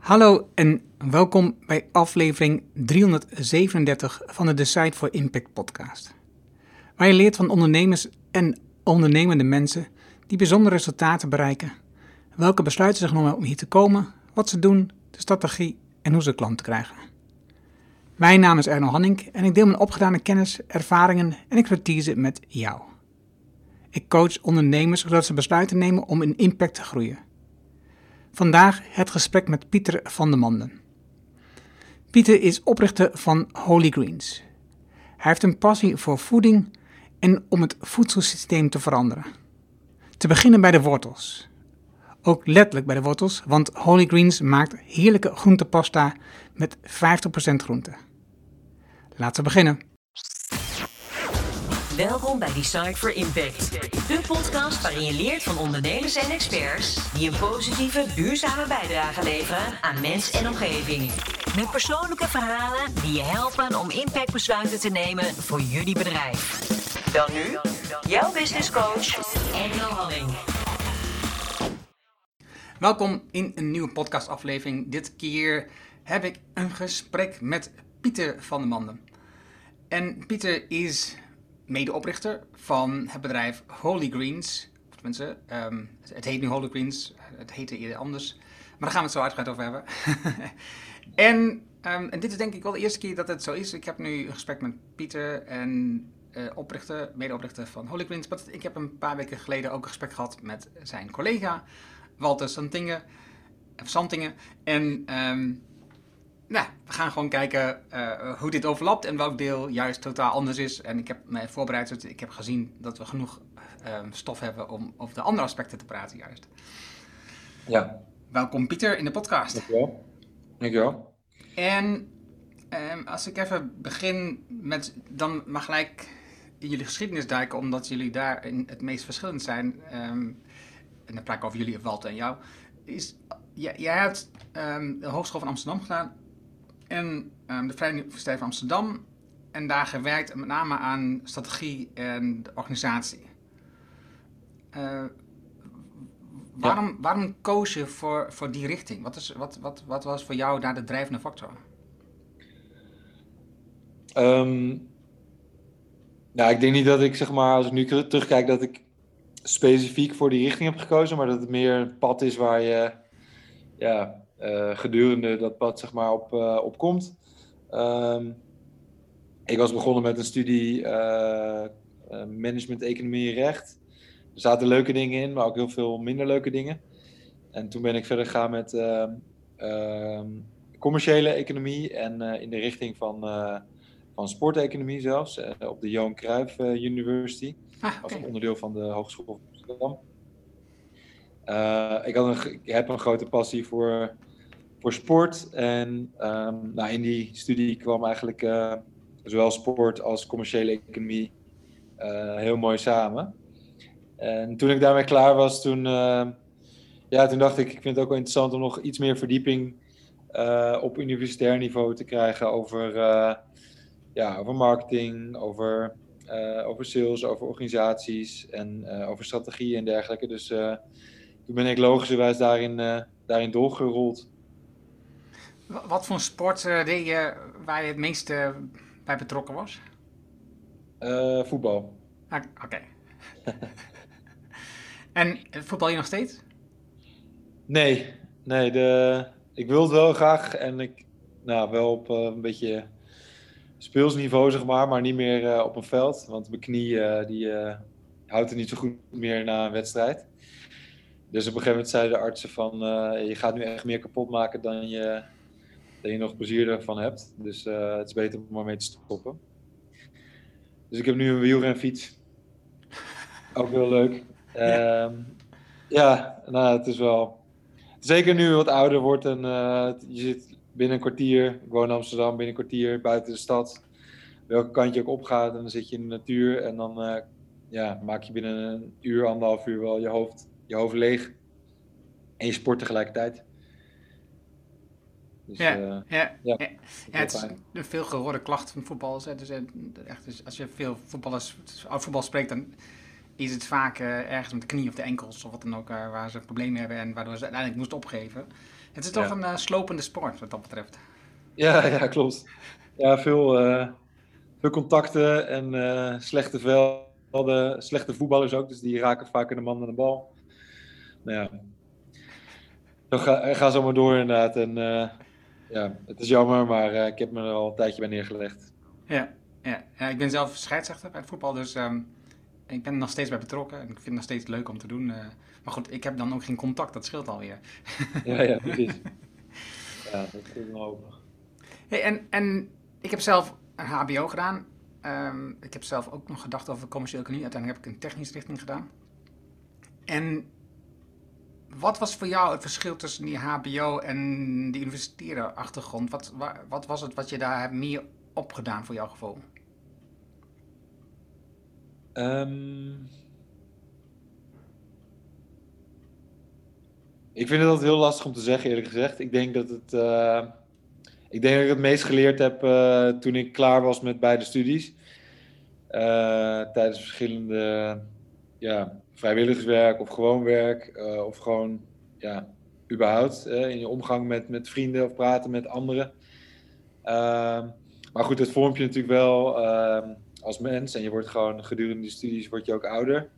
Hallo en welkom bij aflevering 337 van de Decide for Impact podcast. Waar je leert van ondernemers en ondernemende mensen die bijzondere resultaten bereiken, welke besluiten ze genomen hebben om hier te komen, wat ze doen, de strategie en hoe ze klanten krijgen. Mijn naam is Erno Hanning en ik deel mijn opgedane kennis, ervaringen en expertise met jou. Ik coach ondernemers zodat ze besluiten nemen om in impact te groeien. Vandaag het gesprek met Pieter van der Manden. Pieter is oprichter van Holy Greens. Hij heeft een passie voor voeding en om het voedselsysteem te veranderen. Te beginnen bij de wortels. Ook letterlijk bij de wortels, want Holy Greens maakt heerlijke groentepasta met 50% groente. Laten we beginnen. Welkom bij Decide for Impact, de podcast waarin je leert van ondernemers en experts die een positieve, duurzame bijdrage leveren aan mens en omgeving. Met persoonlijke verhalen die je helpen om impactbesluiten te nemen voor jullie bedrijf. Dan nu, jouw business coach, Erno Hanning. Welkom in een nieuwe podcastaflevering. Dit keer heb ik een gesprek met Pieter van der Manden. En Pieter is medeoprichter van het bedrijf Holy Greens. Tenminste, het heet nu Holy Greens, het heette eerder anders. Maar daar gaan we het zo uitgebreid over hebben. en dit is denk ik wel de eerste keer dat het zo is. Ik heb nu een gesprek met Pieter en medeoprichter van Holy Greens. Maar ik heb een paar weken geleden ook een gesprek gehad met zijn collega Walter Santingen. En we gaan gewoon kijken hoe dit overlapt en welk deel juist totaal anders is. En ik heb mij voorbereid, dus ik heb gezien dat we genoeg stof hebben om over de andere aspecten te praten juist. Ja. Welkom Pieter in de podcast. Dankjewel. En als ik even begin met dan maar gelijk in jullie geschiedenis duiken, omdat jullie daarin het meest verschillend zijn. En dan praat ik over jullie, Walter en jou. Jij hebt de Hogeschool van Amsterdam gedaan. En de Vrije Universiteit van Amsterdam. En daar gewerkt met name aan strategie en de organisatie. Waarom koos je voor die richting? Wat was voor jou daar de drijvende factor? Ik denk niet dat ik, zeg maar, als ik nu terugkijk, dat ik specifiek voor die richting heb gekozen. Maar dat het meer een pad is waar je gedurende dat pad, zeg maar, op komt. Ik was begonnen met een studie management, economie en recht. Er zaten leuke dingen in, maar ook heel veel minder leuke dingen. En toen ben ik verder gegaan met commerciële economie en in de richting van sporteconomie zelfs. Op de Johan Cruijff University. Als onderdeel van de Hogeschool van Amsterdam. Ik heb een grote passie voor sport. En in die studie kwam eigenlijk zowel sport als commerciële economie heel mooi samen. En toen ik daarmee klaar was, toen dacht ik vind het ook wel interessant om nog iets meer verdieping op universitair niveau te krijgen over marketing, over sales, over organisaties en over strategie en dergelijke. Dus toen ben ik logischerwijs daarin doorgerold. Wat voor sport deed je waar je het meeste bij betrokken was? Voetbal. Oké. En voetbal je nog steeds? Nee, ik wil het wel graag en ik wel op een beetje speelsniveau, zeg maar niet meer op een veld. Want mijn knie die houdt het niet zo goed meer na een wedstrijd. Dus op een gegeven moment zeiden de artsen van je gaat nu echt meer kapot maken dan je nog plezier ervan hebt. Dus het is beter om maar mee te stoppen. Dus ik heb nu een wielrenfiets. Ook heel leuk. Het is wel... Zeker nu je wat ouder wordt en je zit binnen een kwartier. Ik woon in Amsterdam, binnen een kwartier buiten de stad. Welke kant je ook opgaat en dan zit je in de natuur. En dan maak je binnen een uur, 1,5 uur wel je hoofd leeg. En je sport tegelijkertijd. Dus, het is een veel gehoorde klacht van voetballers. Dus als je veel over voetbal spreekt, dan is het vaak ergens met de knie of de enkels of wat dan ook waar ze problemen hebben en waardoor ze uiteindelijk moesten opgeven. Het is toch een slopende sport wat dat betreft. Ja, klopt. Ja, veel contacten en slechte velden, slechte voetballers ook. Dus die raken vaak in de man aan de bal. Nou ja, zo ga zo maar door inderdaad. En het is jammer, maar ik heb me er al een tijdje bij neergelegd. Ja, ik ben zelf scheidsrechter bij het voetbal, dus ik ben er nog steeds bij betrokken. En ik vind het nog steeds leuk om te doen. Maar goed, ik heb dan ook geen contact, dat scheelt alweer. Ja, precies. Ja, dat is wel hoop. Hey, en ik heb zelf een HBO gedaan. Ik heb zelf ook nog gedacht over commerciële economie. Uiteindelijk heb ik een technische richting gedaan. En wat was voor jou het verschil tussen die HBO en die universitaire achtergrond? Wat was het wat je daar hebt meer opgedaan voor jouw gevoel? Ik vind het altijd heel lastig om te zeggen, eerlijk gezegd. Ik denk dat ik het meest geleerd heb toen ik klaar was met beide studies. Tijdens verschillende vrijwilligerswerk of gewoon werk. Of gewoon, überhaupt in je omgang met vrienden of praten met anderen. Maar goed, het vormt je natuurlijk wel als mens. En je wordt gewoon gedurende de studies word je ook ouder.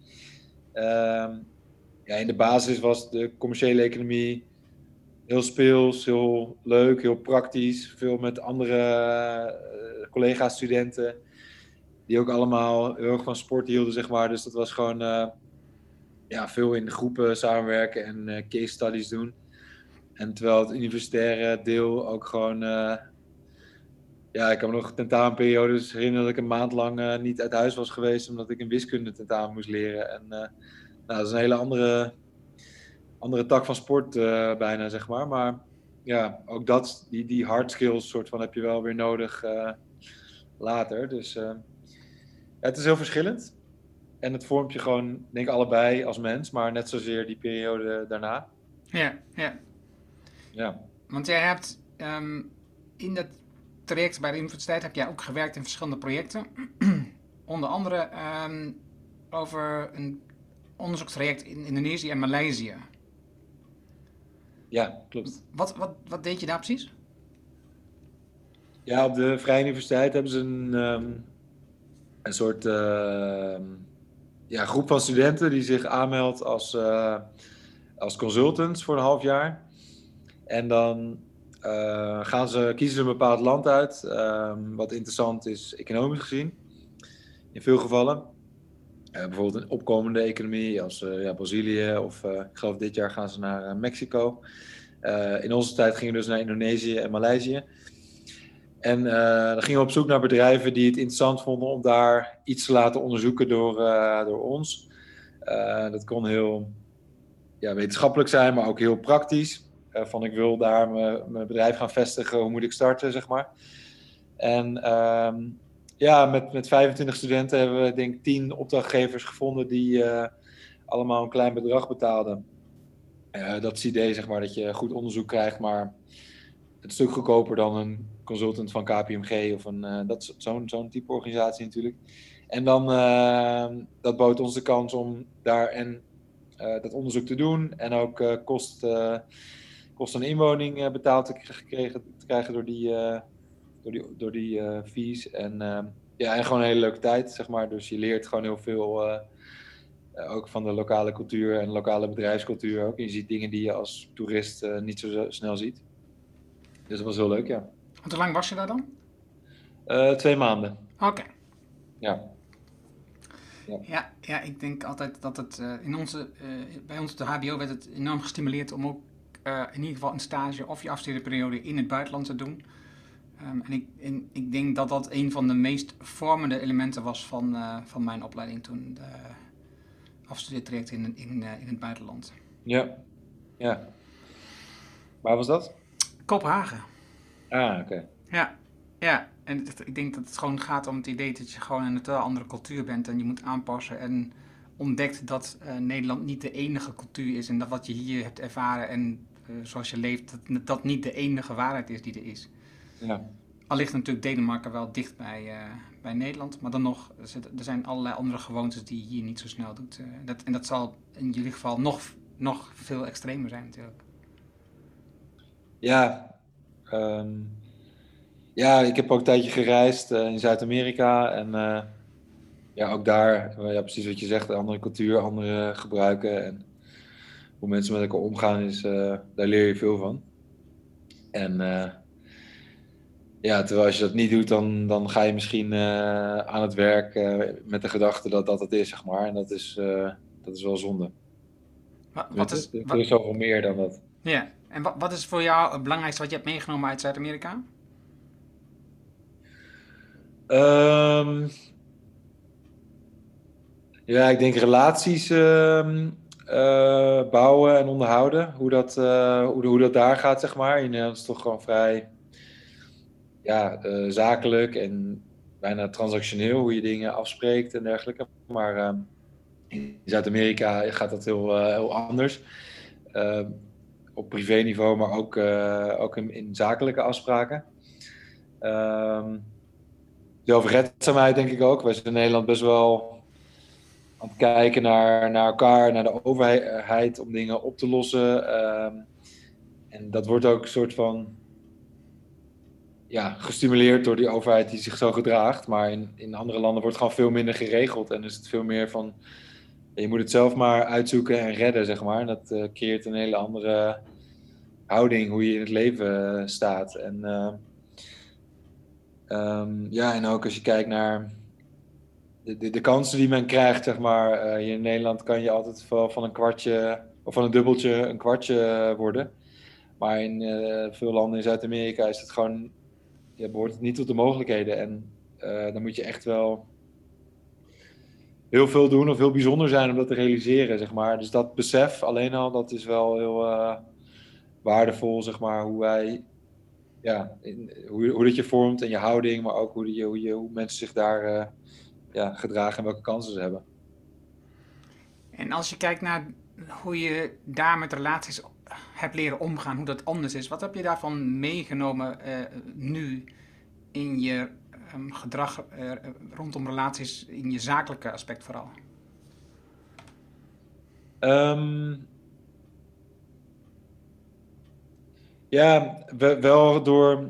In de basis was de commerciële economie heel speels, heel leuk, heel praktisch. Veel met andere collega-studenten die ook allemaal heel erg van sport hielden, zeg maar. Dus dat was gewoon veel in de groepen samenwerken en case studies doen. En terwijl het universitaire deel ook gewoon... ik kan me nog tentamenperiodes herinneren dat ik een maand lang niet uit huis was geweest omdat ik een wiskunde tentamen moest leren. En dat is een hele andere tak van sport bijna, zeg maar. Maar ja, ook die hard skills soort van heb je wel weer nodig later. Dus het is heel verschillend. En het vormt je gewoon, denk ik, allebei als mens, maar net zozeer die periode daarna. Ja. Want jij hebt in dat traject bij de universiteit heb jij ook gewerkt in verschillende projecten. Onder andere over een onderzoekstraject in Indonesië en Maleisië. Ja, klopt. Wat deed je daar precies? Ja, op de Vrije Universiteit hebben ze een soort groep van studenten die zich aanmeldt als consultants voor een half jaar. En dan kiezen ze een bepaald land uit, wat interessant is economisch gezien, in veel gevallen. Bijvoorbeeld een opkomende economie als Brazilië of ik geloof dit jaar gaan ze naar Mexico. In onze tijd gingen we dus naar Indonesië en Maleisië. En dan gingen we op zoek naar bedrijven die het interessant vonden om daar iets te laten onderzoeken door ons. Dat kon heel wetenschappelijk zijn, maar ook heel praktisch. Van ik wil daar mijn bedrijf gaan vestigen, hoe moet ik starten, zeg maar. En met 25 studenten hebben we denk ik 10 opdrachtgevers gevonden die allemaal een klein bedrag betaalden. Dat is het idee, zeg maar, dat je goed onderzoek krijgt, maar het is een stuk goedkoper dan een consultant van KPMG of zo'n type organisatie natuurlijk. En dan dat bood ons de kans om daar dat onderzoek te doen en ook kosten en inwoning betaald te krijgen door die fees. En gewoon een hele leuke tijd, zeg maar. Dus je leert gewoon heel veel ook van de lokale cultuur en lokale bedrijfscultuur ook. En je ziet dingen die je als toerist niet zo snel ziet. Dus dat was heel leuk, ja. Want hoe lang was je daar dan? 2 maanden. Oké. Ja. Ja, ik denk altijd dat het bij ons op de HBO werd het enorm gestimuleerd om ook in ieder geval een stage of je afstudeerperiode in het buitenland te doen. En ik denk dat dat een van de meest vormende elementen was van mijn opleiding toen, de afstudeertraject in het buitenland. Ja. Waar was dat? Kopenhagen. Ah, oké. Ja. En ik denk dat het gewoon gaat om het idee dat je gewoon in een totaal andere cultuur bent en je moet aanpassen en ontdekt dat Nederland niet de enige cultuur is en dat wat je hier hebt ervaren en zoals je leeft, dat niet de enige waarheid is die er is. Ja. Al ligt natuurlijk Denemarken wel dicht bij Nederland, maar dan nog, er zijn allerlei andere gewoontes die je hier niet zo snel doet. En dat zal in jullie geval nog veel extremer zijn natuurlijk. Ja, ehm, ja, ik heb ook een tijdje gereisd in Zuid-Amerika. En ja, ook daar, ja, precies wat je zegt, andere cultuur, andere gebruiken. En hoe mensen met elkaar omgaan, daar leer je veel van. En ja, terwijl als je dat niet doet, dan ga je misschien aan het werk met de gedachte dat dat het is, zeg maar. En dat is wel zonde. Wat is, Er is zoveel meer dan dat. ja. En wat is voor jou het belangrijkste wat je hebt meegenomen uit Zuid-Amerika? Ehm, ja, ik denk relaties bouwen en onderhouden. Hoe dat daar gaat, zeg maar. In Nederland is het toch gewoon vrij ja, zakelijk en bijna transactioneel. Hoe je dingen afspreekt en dergelijke. Maar in Zuid-Amerika gaat dat heel anders. Ehm, op privéniveau, maar ook in zakelijke afspraken. Zelfredzaamheid denk ik ook. Wij zijn in Nederland best wel aan het kijken naar elkaar, naar de overheid om dingen op te lossen. En dat wordt ook een soort van ja, gestimuleerd door die overheid die zich zo gedraagt. Maar in andere landen wordt het gewoon veel minder geregeld. En is het veel meer van, je moet het zelf maar uitzoeken en redden, zeg maar. En dat creëert een hele andere houding, hoe je in het leven staat. En ja, en ook als je kijkt naar de kansen die men krijgt, zeg maar. Hier in Nederland kan je altijd wel van een kwartje of van een dubbeltje een kwartje worden. Maar in veel landen in Zuid-Amerika is het gewoon, behoort het niet tot de mogelijkheden. En dan moet je echt wel heel veel doen of heel bijzonder zijn om dat te realiseren, zeg maar. Dus dat besef alleen al, dat is wel heel waardevol, zeg maar. Hoe wij, ja, hoe dat je vormt en je houding, maar ook hoe mensen zich daar gedragen en welke kansen ze hebben. En als je kijkt naar hoe je daar met relaties hebt leren omgaan, hoe dat anders is, wat heb je daarvan meegenomen nu in je gedrag rondom relaties, in je zakelijke aspect vooral? Ja, wel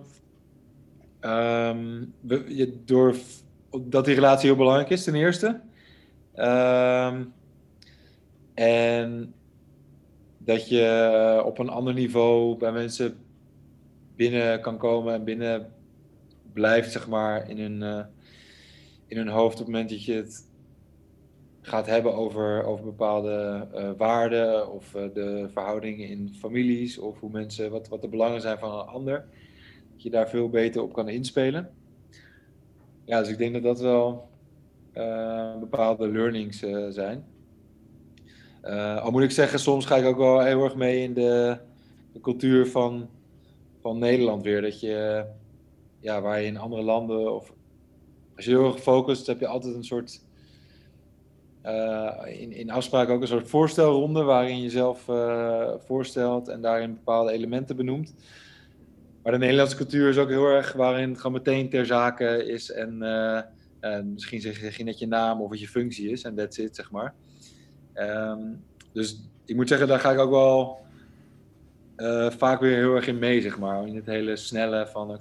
door dat die relatie heel belangrijk is, ten eerste. En dat je op een ander niveau bij mensen binnen kan komen en binnen blijft, zeg maar, in hun hoofd op het moment dat je het gaat hebben over bepaalde waarden of de verhoudingen in families of hoe mensen, wat de belangen zijn van een ander. Dat je daar veel beter op kan inspelen. Ja, dus ik denk dat dat wel bepaalde learnings zijn. Al moet ik zeggen, soms ga ik ook wel heel erg mee in de cultuur van Nederland weer. Dat je, waar je in andere landen, of als je heel erg focust, heb je altijd een soort, in afspraken ook een soort voorstelronde, waarin je jezelf voorstelt en daarin bepaalde elementen benoemt. Maar de Nederlandse cultuur is ook heel erg waarin het gewoon meteen ter zake is en misschien zeg je net je naam of wat je functie is en that's it, zeg maar. Dus ik moet zeggen, daar ga ik ook wel vaak weer heel erg in mee, zeg maar. In het hele snelle van,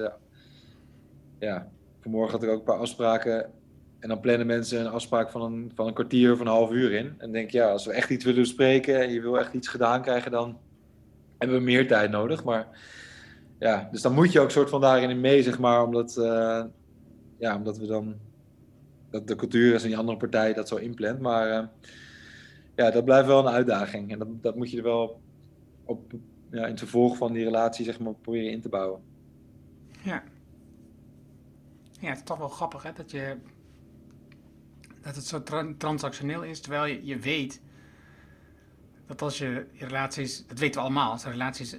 vanmorgen had ik ook een paar afspraken en dan plannen mensen een afspraak van een kwartier of een half uur in. En denk, ja, als we echt iets willen bespreken en je wil echt iets gedaan krijgen, dan hebben we meer tijd nodig. Maar ja, dus dan moet je ook soort van daarin in mee, zeg maar, omdat we dan, dat de cultuur is en die andere partij dat zo inplant. Maar dat blijft wel een uitdaging. En dat moet je er wel in het vervolg van die relatie, zeg maar, proberen in te bouwen. Ja. Ja, het is toch wel grappig, hè, dat het zo transactioneel is, terwijl je weet dat als je relaties, dat weten we allemaal, als relaties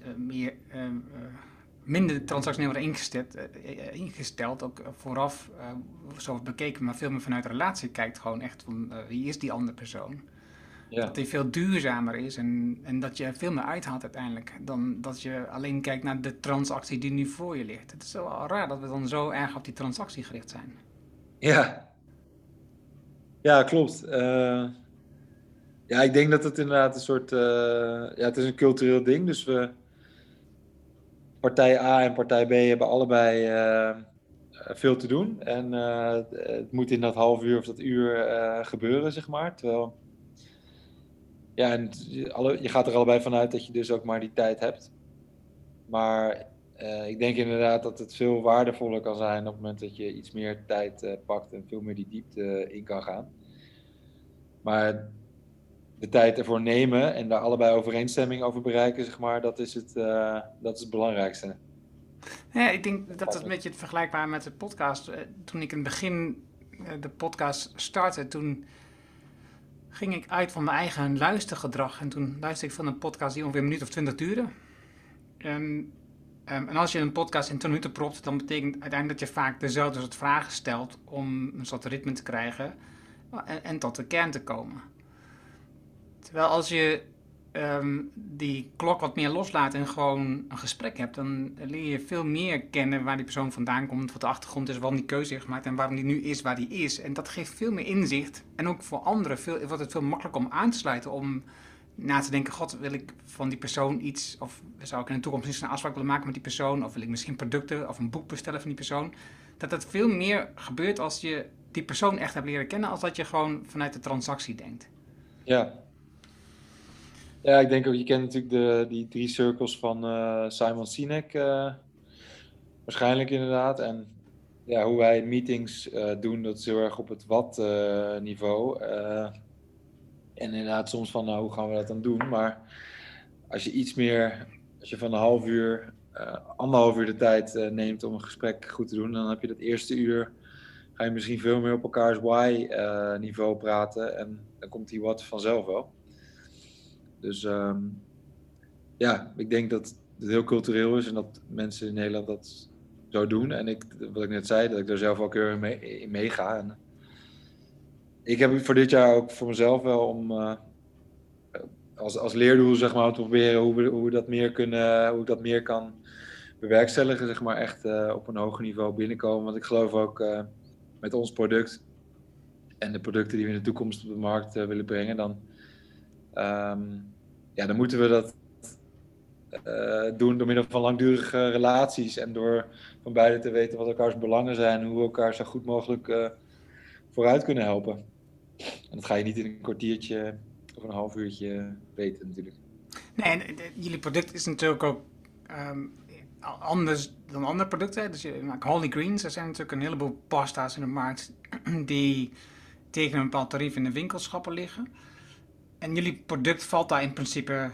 minder transactioneel worden ingesteld, ook vooraf, zo bekeken, maar veel meer vanuit de relatie kijkt, gewoon echt van wie is die andere persoon. Ja. Dat die veel duurzamer is en dat je veel meer uithaalt uiteindelijk dan dat je alleen kijkt naar de transactie die nu voor je ligt. Het is wel raar dat we dan zo erg op die transactie gericht zijn. Ja, klopt. Ik denk dat het inderdaad een soort, het is een cultureel ding, dus partij A en partij B hebben allebei veel te doen. En het moet in dat half uur of dat uur gebeuren, zeg maar. Terwijl, ja, en je gaat er allebei vanuit dat je dus ook maar die tijd hebt. Maar ik denk inderdaad dat het veel waardevoller kan zijn op het moment dat je iets meer tijd pakt en veel meer die diepte in kan gaan. Maar de tijd ervoor nemen en daar allebei overeenstemming over bereiken, zeg maar, dat is het belangrijkste. Ja, ik denk dat het een beetje vergelijkbaar met de podcast. Toen ik in het begin de podcast startte, toen ging ik uit van mijn eigen luistergedrag. En toen luisterde ik van een podcast die ongeveer een minuut of 20 duurde. En als je een podcast in 20 minuten propt, dan betekent uiteindelijk dat je vaak dezelfde soort vragen stelt om een soort ritme te krijgen en tot de kern te komen. Terwijl als je die klok wat meer loslaat en gewoon een gesprek hebt, dan leer je veel meer kennen waar die persoon vandaan komt, wat de achtergrond is, waarom die keuze heeft gemaakt en waarom die nu is waar die is. En dat geeft veel meer inzicht. En ook voor anderen wordt het veel makkelijker om aan te sluiten, om na te denken, god, wil ik van die persoon iets, of zou ik in de toekomst eens een afspraak willen maken met die persoon, of wil ik misschien producten of een boek bestellen van die persoon. Dat veel meer gebeurt als je die persoon echt hebt leren kennen, als dat je gewoon vanuit de transactie denkt. Ja. Ja, ik denk ook, je kent natuurlijk die 3 cirkels van Simon Sinek waarschijnlijk inderdaad. En ja, hoe wij meetings doen, dat is heel erg op het wat niveau. En inderdaad soms van, hoe gaan we dat dan doen? Maar als je van een half uur, 1,5 uur de tijd neemt om een gesprek goed te doen, dan heb je dat eerste uur, ga je misschien veel meer op elkaars why niveau praten en dan komt die what vanzelf wel. Dus ja, ik denk dat het heel cultureel is en dat mensen in Nederland dat zo doen. En wat ik net zei, dat ik daar zelf ook heel in meega. En ik heb voor dit jaar ook voor mezelf wel om als leerdoel, zeg maar, om te proberen hoe ik dat meer kan bewerkstelligen, zeg maar, echt op een hoger niveau binnenkomen. Want ik geloof ook met ons product en de producten die we in de toekomst op de markt willen brengen, dan moeten we dat doen door middel van langdurige relaties en door van beide te weten wat elkaars belangen zijn en hoe we elkaar zo goed mogelijk vooruit kunnen helpen. En dat ga je niet in een kwartiertje of een half uurtje weten natuurlijk. Nee, en jullie product is natuurlijk ook anders dan andere producten. Dus je maakt Holy Greens. Er zijn natuurlijk een heleboel pasta's in de markt die tegen een bepaald tarief in de winkelschappen liggen. En jullie product valt daar in principe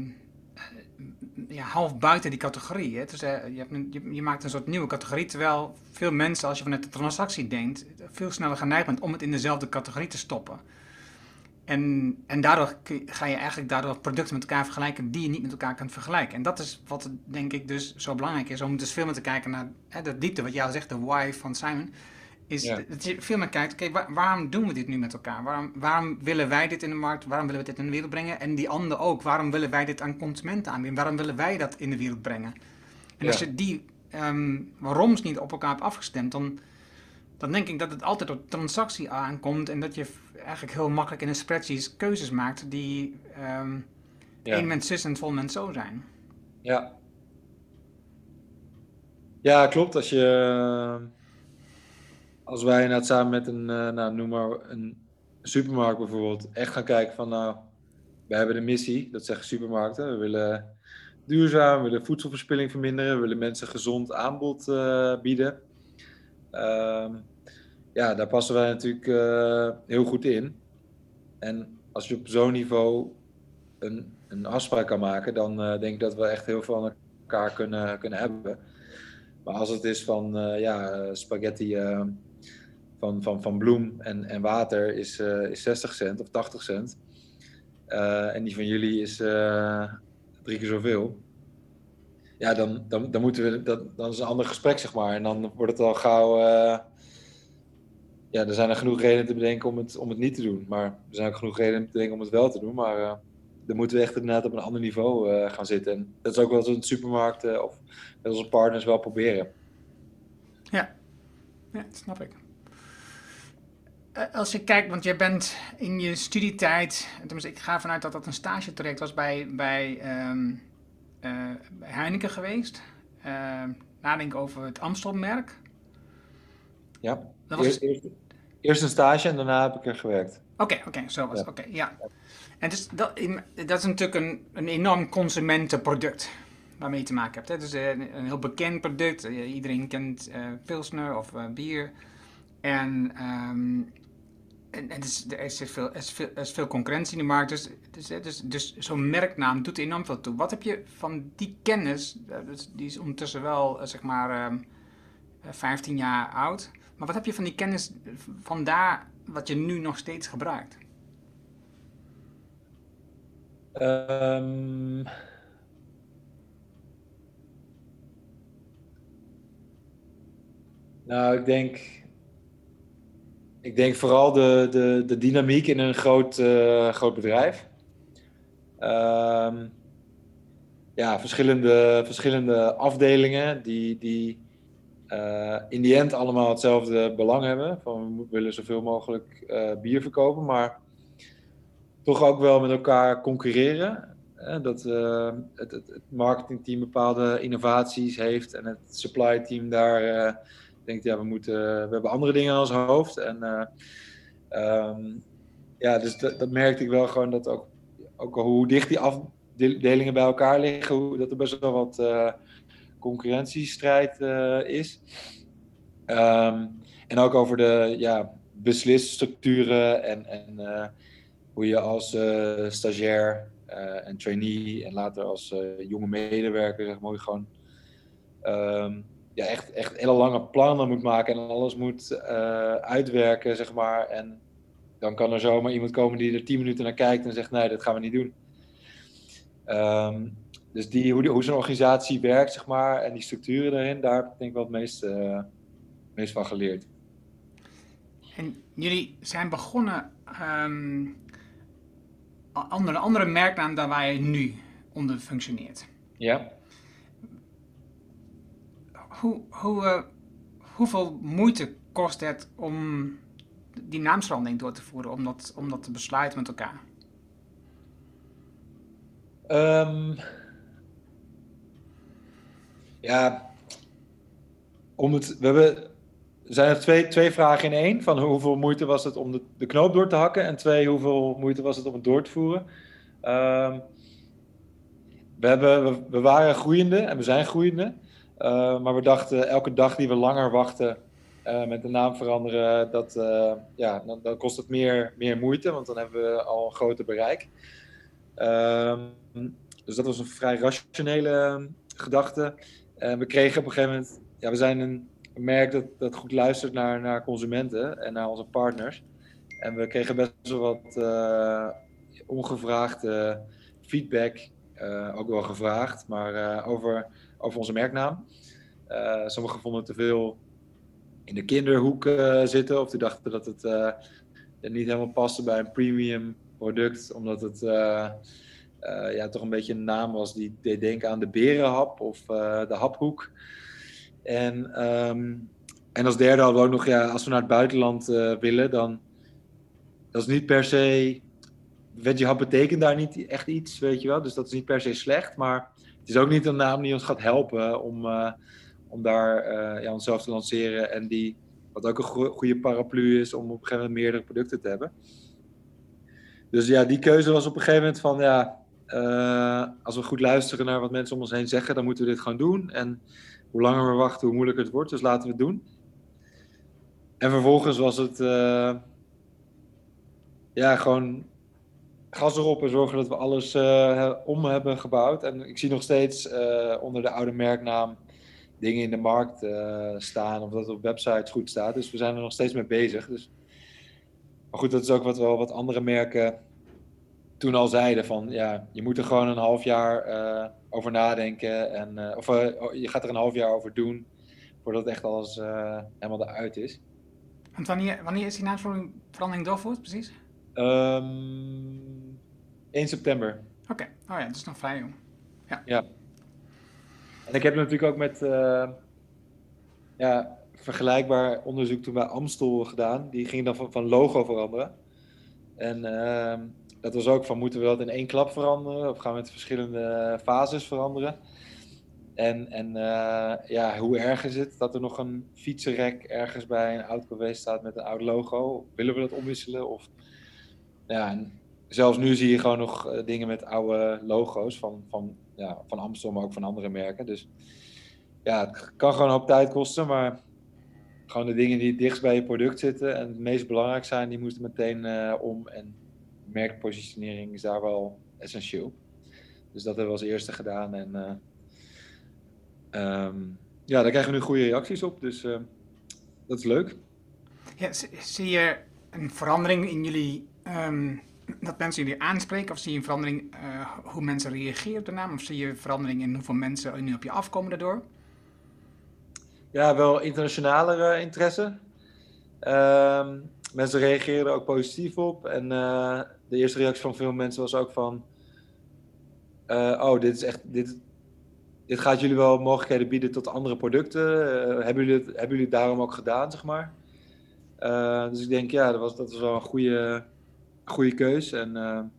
half buiten die categorie. Hè? Dus je maakt een soort nieuwe categorie, terwijl veel mensen, als je vanuit de transactie denkt, veel sneller geneigd bent om het in dezelfde categorie te stoppen. En daardoor ga je eigenlijk producten met elkaar vergelijken die je niet met elkaar kunt vergelijken. En dat is wat denk ik dus zo belangrijk is, om dus veel meer te kijken naar de diepte, wat jij al zegt, de why van Simon. Dat je veel meer kijkt, oké, waarom doen we dit nu met elkaar? Waarom willen wij dit in de markt? Waarom willen we dit in de wereld brengen? En die ander ook, waarom willen wij dit aan consumenten aanbieden? Waarom willen wij dat in de wereld brengen? En als je die waaroms niet op elkaar hebt afgestemd, dan denk ik dat het altijd op transactie aankomt en dat je eigenlijk heel makkelijk in een spreadsheet keuzes maakt die één mens zus en vol mens zo zijn. Ja. Ja, klopt. Als wij inderdaad samen met noem maar een supermarkt bijvoorbeeld, echt gaan kijken van, we hebben de missie, dat zeggen supermarkten, we willen duurzaam, we willen voedselverspilling verminderen, we willen mensen gezond aanbod bieden. Daar passen wij natuurlijk heel goed in. En als je op zo'n niveau een afspraak kan maken, dan denk ik dat we echt heel veel aan elkaar kunnen hebben. Maar als het is van spaghetti van bloem en water is 60 cent of 80 cent. En die van jullie is 3 keer zoveel. Ja, dan moeten we, dan is een ander gesprek, zeg maar. En dan wordt het al gauw, er zijn er genoeg redenen te bedenken om het niet te doen. Maar er zijn ook genoeg redenen te bedenken om het wel te doen. Maar dan moeten we echt inderdaad op een ander niveau gaan zitten. En dat is ook wel zo'n supermarkt of met onze partners wel proberen. Ja, dat snap ik. Als je kijkt, want jij bent in je studietijd, tenminste ik ga ervan uit dat dat een stagetraject was bij Heineken geweest. nadenken over het Amstel-merk. Ja, Dat was eerst een stage en daarna heb ik er gewerkt. Oké, zo was Ja. het. Oké, ja. En dus dat is natuurlijk een enorm consumentenproduct waarmee je te maken hebt. Hè? Het is een heel bekend product. Iedereen kent Pilsner of bier. En er is veel concurrentie in de markt. Dus zo'n merknaam doet enorm veel toe. Wat heb je van die kennis, die is ondertussen wel 15 jaar oud. Maar wat heb je van die kennis vandaar wat je nu nog steeds gebruikt? Nou, ik denk vooral de dynamiek in een groot bedrijf. Ja, verschillende afdelingen die in die end allemaal hetzelfde belang hebben. Van we willen zoveel mogelijk bier verkopen, maar toch ook wel met elkaar concurreren. Dat het marketingteam bepaalde innovaties heeft en het supply team daar denkt, ja, we hebben andere dingen aan ons hoofd. En ja, dus dat merkte ik wel gewoon, dat ook al hoe dicht die afdelingen bij elkaar liggen, dat er best wel wat concurrentiestrijd is. En ook over de beslisstructuren en hoe je als stagiair en trainee en later als jonge medewerker, zeg maar, gewoon echt hele lange plannen moet maken en alles moet uitwerken, zeg maar. En dan kan er zomaar iemand komen die er 10 minuten naar kijkt en zegt, nee, dat gaan we niet doen. Dus hoe zo'n organisatie werkt, zeg maar, en die structuren daarin, daar heb ik denk ik wel het meest van geleerd. En jullie zijn begonnen onder een andere merknaam dan waar je nu onder functioneert. Ja. Hoeveel moeite kost het om die naamsverandering door te voeren, om dat te besluiten met elkaar? Ja, er zijn er twee vragen in één. Van hoeveel moeite was het om de knoop door te hakken? En 2, hoeveel moeite was het om het door te voeren? We waren groeiende en we zijn groeiende. Maar we dachten, elke dag die we langer wachten met de naam veranderen, dan kost het meer moeite. Want dan hebben we al een groter bereik. Dus dat was een vrij rationele gedachte. We kregen op een gegeven moment... Ja, we zijn een merk dat goed luistert naar consumenten en naar onze partners. En we kregen best wel wat ongevraagde feedback, ook wel gevraagd, maar over onze merknaam. Sommigen vonden te veel in de kinderhoek zitten, of die dachten dat het niet helemaal paste bij een premium product, omdat het toch een beetje een naam was die deed denken aan de berenhap of de haphoek. En als derde hadden we ook nog, als we naar het buitenland willen, dan dat is niet per se... Veggie Hub betekent daar niet echt iets, weet je wel. Dus dat is niet per se slecht, maar het is ook niet een naam die ons gaat helpen om daar onszelf te lanceren. En wat ook een goede paraplu is om op een gegeven moment meerdere producten te hebben. Dus ja, die keuze was op een gegeven moment van, als we goed luisteren naar wat mensen om ons heen zeggen, dan moeten we dit gewoon doen. En hoe langer we wachten, hoe moeilijker het wordt. Dus laten we het doen. En vervolgens was het gewoon gas erop en zorgen dat we alles om hebben gebouwd. En ik zie nog steeds onder de oude merknaam dingen in de markt staan. Of dat het op websites goed staat. Dus we zijn er nog steeds mee bezig. Dus... Maar goed, dat is ook wat andere merken toen al zeiden. Van je moet er gewoon een half jaar over nadenken. Je gaat er een half jaar over doen. Voordat echt alles helemaal eruit is. Want wanneer is die naamsverandering doorgevoerd, precies? 1 september. Oké. Oh ja, dat is nog vrij jong. Ja. En ik heb natuurlijk ook met vergelijkbaar onderzoek toen bij Amstel gedaan. Die ging dan van logo veranderen. En dat was ook van, moeten we dat in één klap veranderen? Of gaan we het verschillende fases veranderen? En hoe erg is het dat er nog een fietsenrek ergens bij een oud café staat met een oud logo? Willen we dat omwisselen? En zelfs nu zie je gewoon nog dingen met oude logo's van Amstel, maar ook van andere merken. Dus ja, het kan gewoon een hoop tijd kosten, maar gewoon de dingen die het dichtst bij je product zitten en het meest belangrijk zijn, die moeten meteen om. En merkpositionering is daar wel essentieel. Dus dat hebben we als eerste gedaan. En daar krijgen we nu goede reacties op. Dus dat is leuk. Ja, zie je een verandering in jullie, dat mensen jullie aanspreken? Of zie je een verandering hoe mensen reageren op de naam? Of zie je een verandering in hoeveel mensen nu op je afkomen daardoor? Ja, wel internationale interesse. Mensen reageren er ook positief op. En de eerste reactie van veel mensen was ook van... dit gaat jullie wel mogelijkheden bieden tot andere producten. Hebben jullie het daarom ook gedaan, zeg maar? Dus ik denk, ja, dat was wel een goede keus. En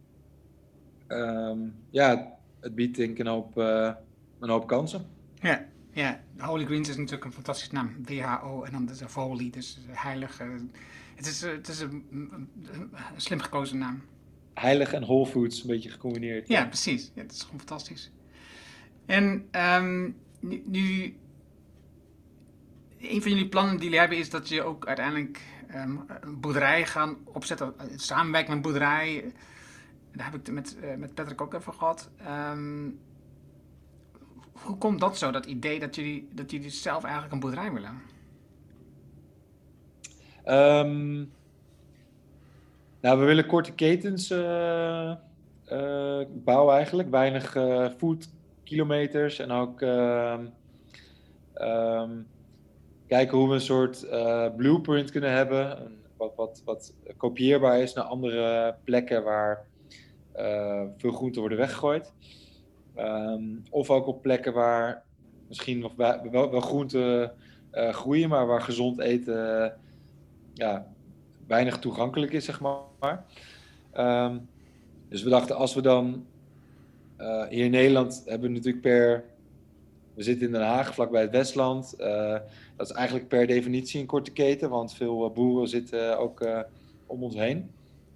het biedt denk ik een hoop kansen. Ja, Holy Greens is natuurlijk een fantastische naam. WHO en dan is er Holy, dus heilig. Het is een slim gekozen naam. Heilig en Whole Foods, een beetje gecombineerd. Ja, precies. Ja, dat is gewoon fantastisch. En nu, een van jullie plannen die jullie hebben is dat je ook uiteindelijk een boerderij gaan opzetten, samenwerken met een boerderij. Daar heb ik het met Patrick ook even gehad. Hoe komt dat zo, dat idee dat jullie zelf eigenlijk een boerderij willen? We willen korte ketens bouwen eigenlijk. Weinig foodkilometers. En ook kijken hoe we een soort blueprint kunnen hebben. Wat kopieerbaar is naar andere plekken waar veel groenten worden weggegooid. Of ook op plekken waar misschien nog wel groenten groeien, maar waar gezond eten weinig toegankelijk is, zeg maar. Dus we dachten, als we dan hier in Nederland hebben we natuurlijk we zitten in Den Haag, vlakbij het Westland. Dat is eigenlijk per definitie een korte keten, want veel boeren zitten ook om ons heen.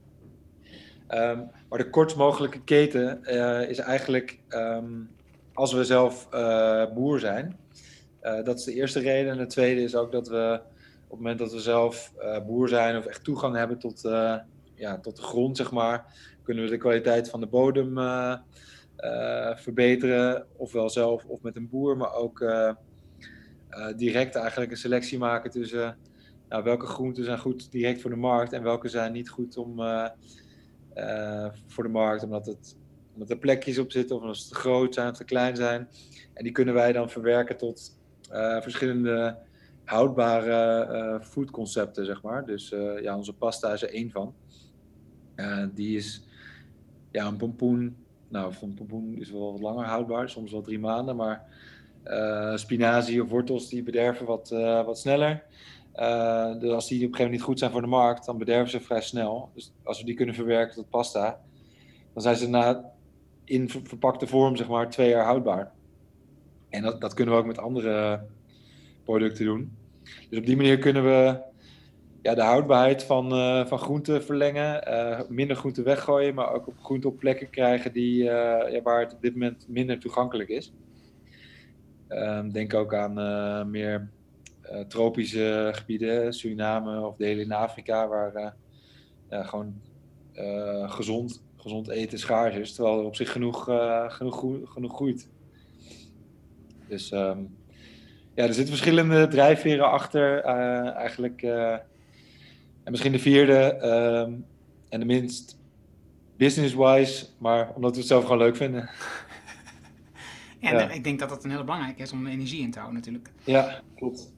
Maar de kortst mogelijke keten is eigenlijk als we zelf boer zijn. Dat is de eerste reden. En de tweede is ook dat we op het moment dat we zelf boer zijn of echt toegang hebben tot de grond, zeg maar, kunnen we de kwaliteit van de bodem verbeteren. Ofwel zelf of met een boer, maar ook direct eigenlijk een selectie maken tussen welke groenten zijn goed direct voor de markt en welke zijn niet goed om voor de markt, omdat er plekjes op zitten of omdat ze te groot zijn of te klein zijn. En die kunnen wij dan verwerken tot verschillende houdbare foodconcepten, zeg maar. Dus onze pasta is er één van. Die is een pompoen. Nou, een pompoen is wel wat langer houdbaar, soms wel 3 maanden. Maar spinazie of wortels die bederven wat sneller. Dus als die op een gegeven moment niet goed zijn voor de markt, dan bederven ze vrij snel. Dus als we die kunnen verwerken tot pasta, dan zijn ze in verpakte vorm, zeg maar, 2 jaar houdbaar. En dat kunnen we ook met andere producten doen. Dus op die manier kunnen we de houdbaarheid van groenten verlengen, minder groenten weggooien, maar ook groenten op plekken krijgen waar het op dit moment minder toegankelijk is. Denk ook aan meer tropische gebieden, Suriname of delen in Afrika, waar gewoon gezond eten schaars is, terwijl er op zich genoeg groeit. Dus er zitten verschillende drijfveren achter eigenlijk. En misschien de vierde en de minst business-wise, maar omdat we het zelf gewoon leuk vinden. Ja. Ik denk dat dat een heel belangrijk is om energie in te houden natuurlijk. Ja, klopt.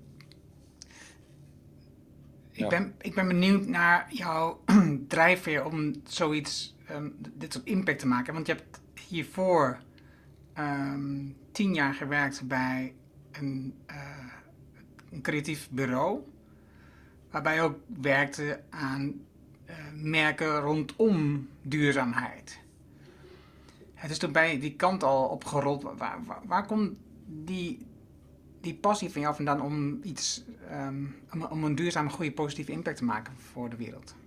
Ik ben benieuwd naar jouw drijfveer om zoiets, dit soort impact te maken. Want je hebt hiervoor 10 jaar gewerkt bij een creatief bureau. Waarbij je ook werkte aan merken rondom duurzaamheid. Het is toen bij die kant al opgerold. Waar komt die passie van jou vandaan om om een duurzame, goede, positieve impact te maken voor de wereld?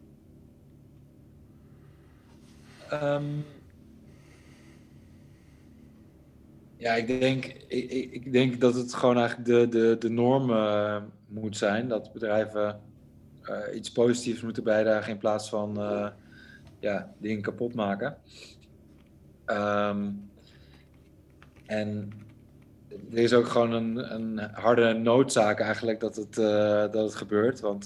Ja, ik denk dat het gewoon eigenlijk de norm moet zijn. Dat bedrijven iets positiefs moeten bijdragen in plaats van dingen kapot maken. En er is ook gewoon een harde noodzaak eigenlijk dat het gebeurt. Want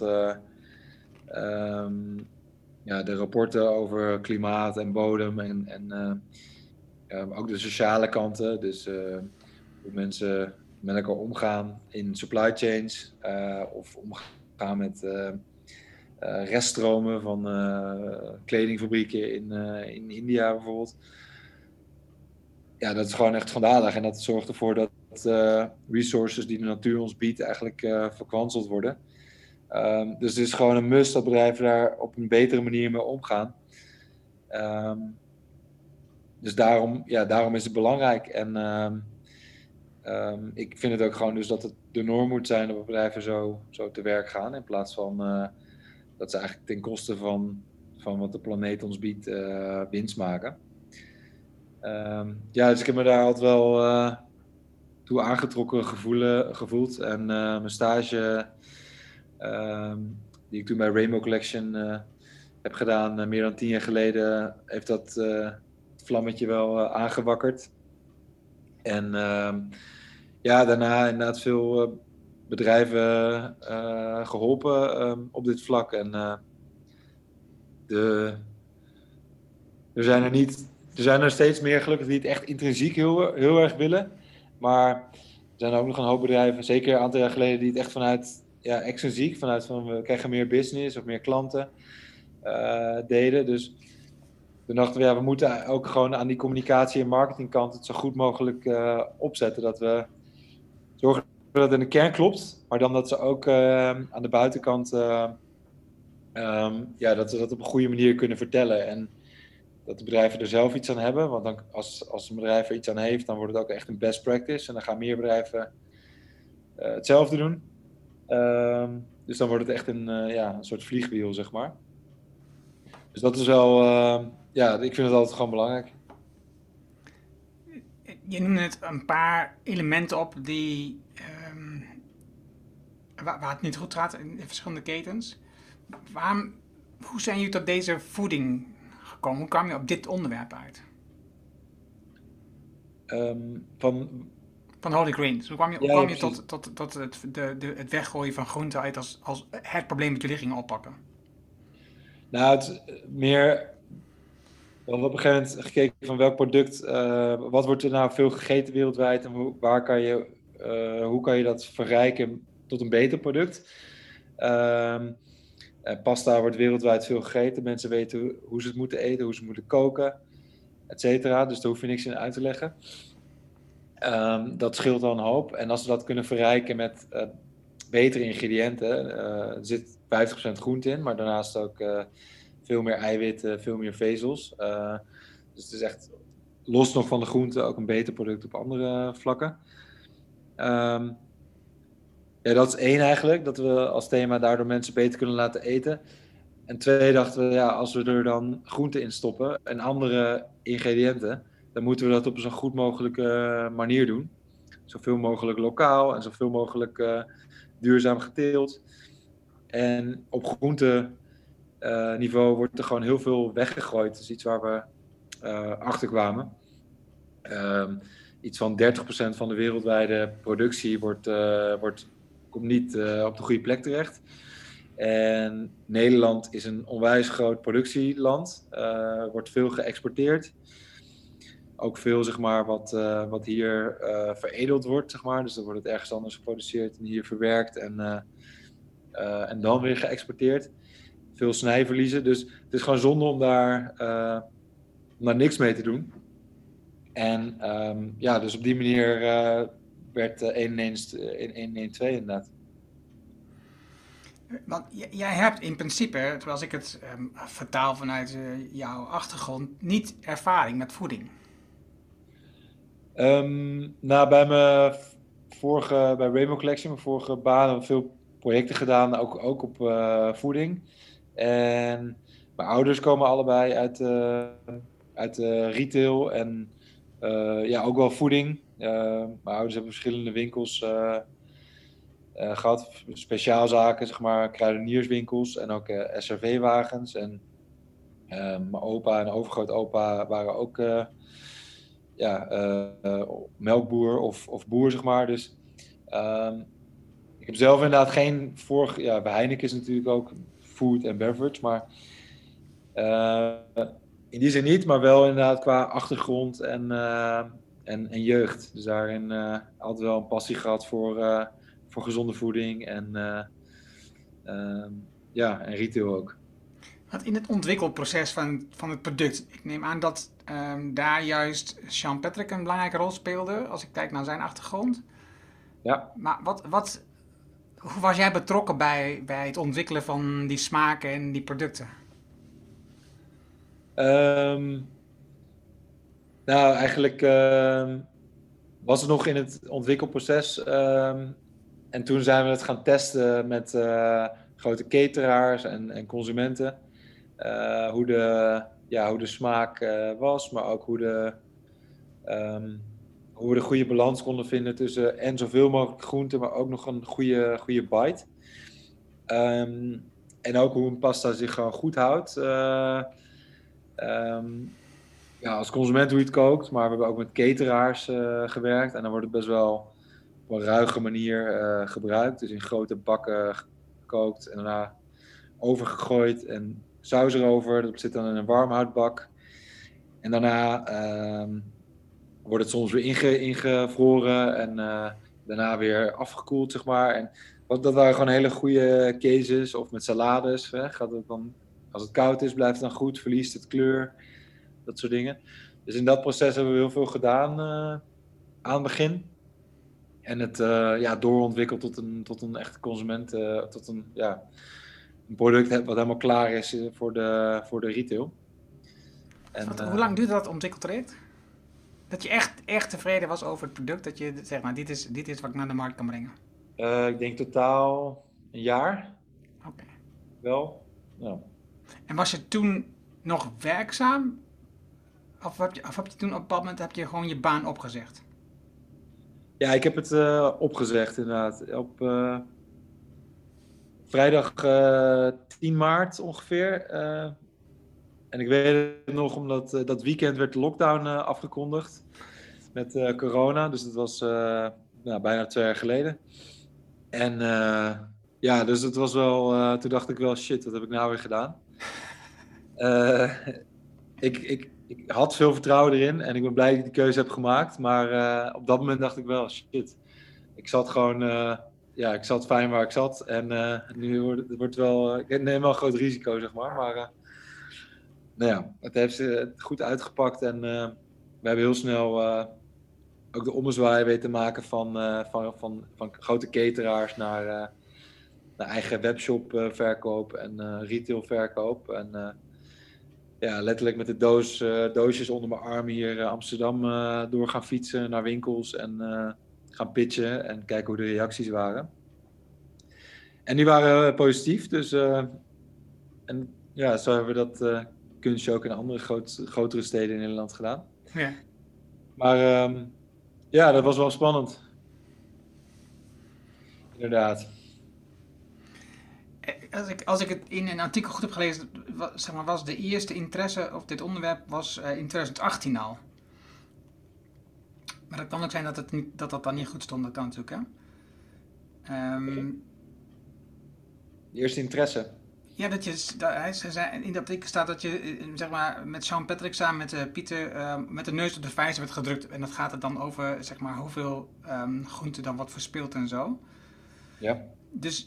de rapporten over klimaat en bodem en ook de sociale kanten. Dus hoe mensen met elkaar omgaan in supply chains. Of omgaan met reststromen van kledingfabrieken in India bijvoorbeeld. Ja, dat is gewoon echt schandalig. En dat zorgt ervoor dat resources die de natuur ons biedt eigenlijk verkwanseld worden. Dus het is gewoon een must dat bedrijven daar op een betere manier mee omgaan. Dus daarom is het belangrijk. En ik vind het ook gewoon dus dat het de norm moet zijn dat bedrijven zo te werk gaan. In plaats van dat ze eigenlijk ten koste van wat de planeet ons biedt winst maken. Dus ik heb me daar altijd wel toe aangetrokken gevoeld. En mijn stage die ik toen bij Rainbow Collection heb gedaan meer dan 10 jaar geleden, heeft dat vlammetje wel aangewakkerd. En daarna inderdaad veel bedrijven geholpen op dit vlak. En er zijn er steeds meer gelukkig die het echt intrinsiek heel erg willen. Maar er zijn ook nog een hoop bedrijven, zeker een aantal jaar geleden, die het echt vanuit extrinsiek, vanuit van we krijgen meer business of meer klanten deden. Dus toen dachten we, we moeten ook gewoon aan die communicatie- en marketingkant het zo goed mogelijk opzetten. Dat we zorgen dat het in de kern klopt, maar dan dat ze ook aan de buitenkant dat ze dat op een goede manier kunnen vertellen. En dat de bedrijven er zelf iets aan hebben. Want dan, als een bedrijf er iets aan heeft, dan wordt het ook echt een best practice. En dan gaan meer bedrijven hetzelfde doen. Dus dan wordt het echt een soort vliegwiel, zeg maar. Dus dat is wel... ik vind het altijd gewoon belangrijk. Je noemde net een paar elementen op waar het niet goed gaat in verschillende ketens. Hoe zijn jullie tot deze voeding gekomen? Hoe kwam je op dit onderwerp uit? Van Holy Grain. Dus hoe kwam je tot het weggooien van groenten uit als het probleem dat jullie gingen oppakken? Nou, het is meer... We hadden op een gegeven moment gekeken van welk product, wat wordt er nou veel gegeten wereldwijd en hoe kan je dat verrijken tot een beter product. Pasta wordt wereldwijd veel gegeten. Mensen weten hoe ze het moeten eten, hoe ze het moeten koken, et cetera. Dus daar hoef je niks in uit te leggen. Dat scheelt al een hoop. En als we dat kunnen verrijken met betere ingrediënten, er zit 50% groente in, maar daarnaast ook veel meer eiwitten, veel meer vezels. Dus het is echt los nog van de groente ook een beter product op andere vlakken. Dat is 1 eigenlijk, dat we als thema daardoor mensen beter kunnen laten eten. En 2 dachten we, als we er dan groente in stoppen en andere ingrediënten, dan moeten we dat op een zo goed mogelijke manier doen. Zoveel mogelijk lokaal en zoveel mogelijk duurzaam geteeld. En op groente niveau wordt er gewoon heel veel weggegooid. Dat is iets waar we achter kwamen. Iets van 30% van de wereldwijde productie komt niet op de goede plek terecht. En Nederland is een onwijs groot productieland. Wordt veel geëxporteerd. Ook veel, zeg maar, wat hier veredeld wordt, zeg maar. Dus dan wordt het ergens anders geproduceerd en hier verwerkt en dan weer geëxporteerd. Veel snijverliezen. Dus het is gewoon zonde om daar niks mee te doen. En dus op die manier werd 1-1-2 inderdaad. Want jij hebt in principe, zoals ik het vertaal vanuit jouw achtergrond, niet ervaring met voeding. Nou, bij Rainbow Collection, mijn vorige baan, hebben we veel projecten gedaan, ook op voeding. En mijn ouders komen allebei uit retail en ja, ook wel voeding. Mijn ouders hebben verschillende winkels gehad, speciaalzaken, zeg maar, kruidenierswinkels en ook SRV-wagens. En mijn opa en overgrootopa waren ook melkboer of boer, zeg maar. Dus ik heb zelf inderdaad geen bij Heineken is natuurlijk ook food en beverage, maar in die zin niet, maar wel inderdaad qua achtergrond en jeugd. Dus daarin altijd wel een passie gehad voor gezonde voeding en en retail ook. Want in het ontwikkelproces van het product, ik neem aan dat daar juist Sean Patrick een belangrijke rol speelde, als ik kijk naar zijn achtergrond. Ja. Maar hoe was jij betrokken bij het ontwikkelen van die smaken en die producten? Nou, eigenlijk was het nog in het ontwikkelproces. En toen zijn we het gaan testen met grote cateraars en consumenten. Hoe de smaak was, maar ook hoe we de goede balans konden vinden tussen en zoveel mogelijk groenten, maar ook nog een goede bite. En ook hoe een pasta zich gewoon goed houdt. Als consument hoe je het kookt, maar we hebben ook met cateraars gewerkt. En dan wordt het best wel op een ruige manier gebruikt. Dus in grote bakken gekookt en daarna overgegooid en saus erover. Dat zit dan in een warmhoutbak. En daarna wordt het soms weer ingevroren en daarna weer afgekoeld, zeg maar. En dat waren gewoon hele goede cases. Of met salades. Gaat het dan, als het koud is, blijft het dan goed, verliest het kleur. Dat soort dingen. Dus in dat proces hebben we heel veel gedaan aan het begin. En het doorontwikkeld tot een echte consument. Tot een product wat helemaal klaar is voor de retail. En, Hoe lang duurde dat ontwikkeltraject? Dat je echt tevreden was over het product? Dat je zegt, nou, dit is wat ik naar de markt kan brengen? Ik denk totaal een jaar. Oké. Wel. Ja. En was je toen nog werkzaam? Of heb je toen op een bepaald moment gewoon je baan opgezegd? Ja, ik heb het opgezegd inderdaad. Op vrijdag 10 maart ongeveer. En ik weet het nog, omdat dat weekend werd de lockdown afgekondigd met corona. Dus dat was bijna 2 jaar geleden. En dus het was wel... toen dacht ik wel, shit, wat heb ik nou weer gedaan? Ik had veel vertrouwen erin en ik ben blij dat ik die keuze heb gemaakt. Maar op dat moment dacht ik wel, shit. Ik zat gewoon... ik zat fijn waar ik zat. En nu wordt het wel... ik neem wel een groot risico, zeg maar. Maar het heeft goed uitgepakt. En we hebben heel snel ook de ommezwaai weten maken van grote cateraars naar eigen webshop verkoop en retail verkoop. En letterlijk met de doosjes onder mijn arm hier Amsterdam door gaan fietsen naar winkels en gaan pitchen en kijken hoe de reacties waren. En die waren positief, dus zo hebben we dat kunstje ook in andere grotere steden in Nederland gedaan. Ja. Maar dat was wel spannend. Inderdaad. Als ik het in een artikel goed heb gelezen, was de eerste interesse op dit onderwerp in 2018 al. Maar het kan ook zijn dat dan niet goed stond, dat kan natuurlijk, hè? De eerste interesse? Ja, in dat artikel staat dat je zeg maar, met Sean Patrick samen met Pieter met de neus op de feiten werd gedrukt. En dat gaat het dan over zeg maar, hoeveel groente dan wat verspeelt en zo. Ja. Dus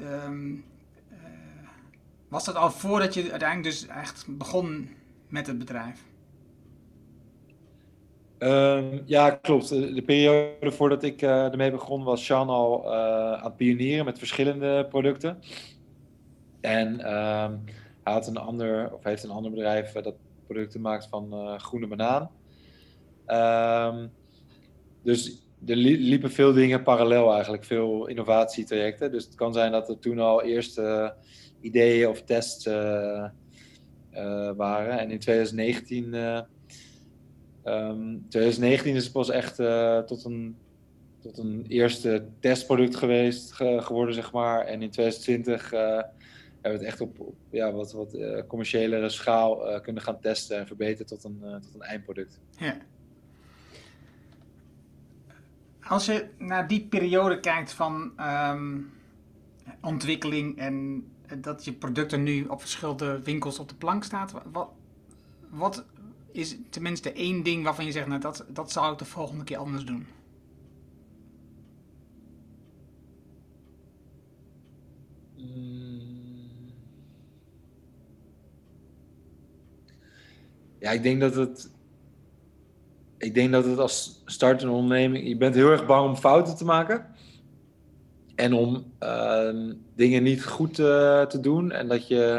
was dat al voordat je uiteindelijk dus echt begon met het bedrijf? Ja, klopt. De periode voordat ik ermee begon was Sean al aan het pionieren met verschillende producten. En hij heeft een ander bedrijf dat producten maakt van groene banaan. Dus er liepen veel dingen parallel eigenlijk, veel innovatietrajecten. Dus het kan zijn dat er toen al eerste ideeën of tests waren. En in 2019 is het pas echt tot een eerste testproduct geworden, zeg maar. En in 2020 hebben we het echt op wat commerciëlere schaal kunnen gaan testen en verbeteren tot een eindproduct. Ja. Als je naar die periode kijkt van ontwikkeling en dat je producten nu op verschillende winkels op de plank staat, wat is tenminste één ding waarvan je zegt, nou dat zou ik de volgende keer anders doen? Ja, ik denk dat het als startende onderneming, je bent heel erg bang om fouten te maken. En om dingen niet goed te doen. En dat je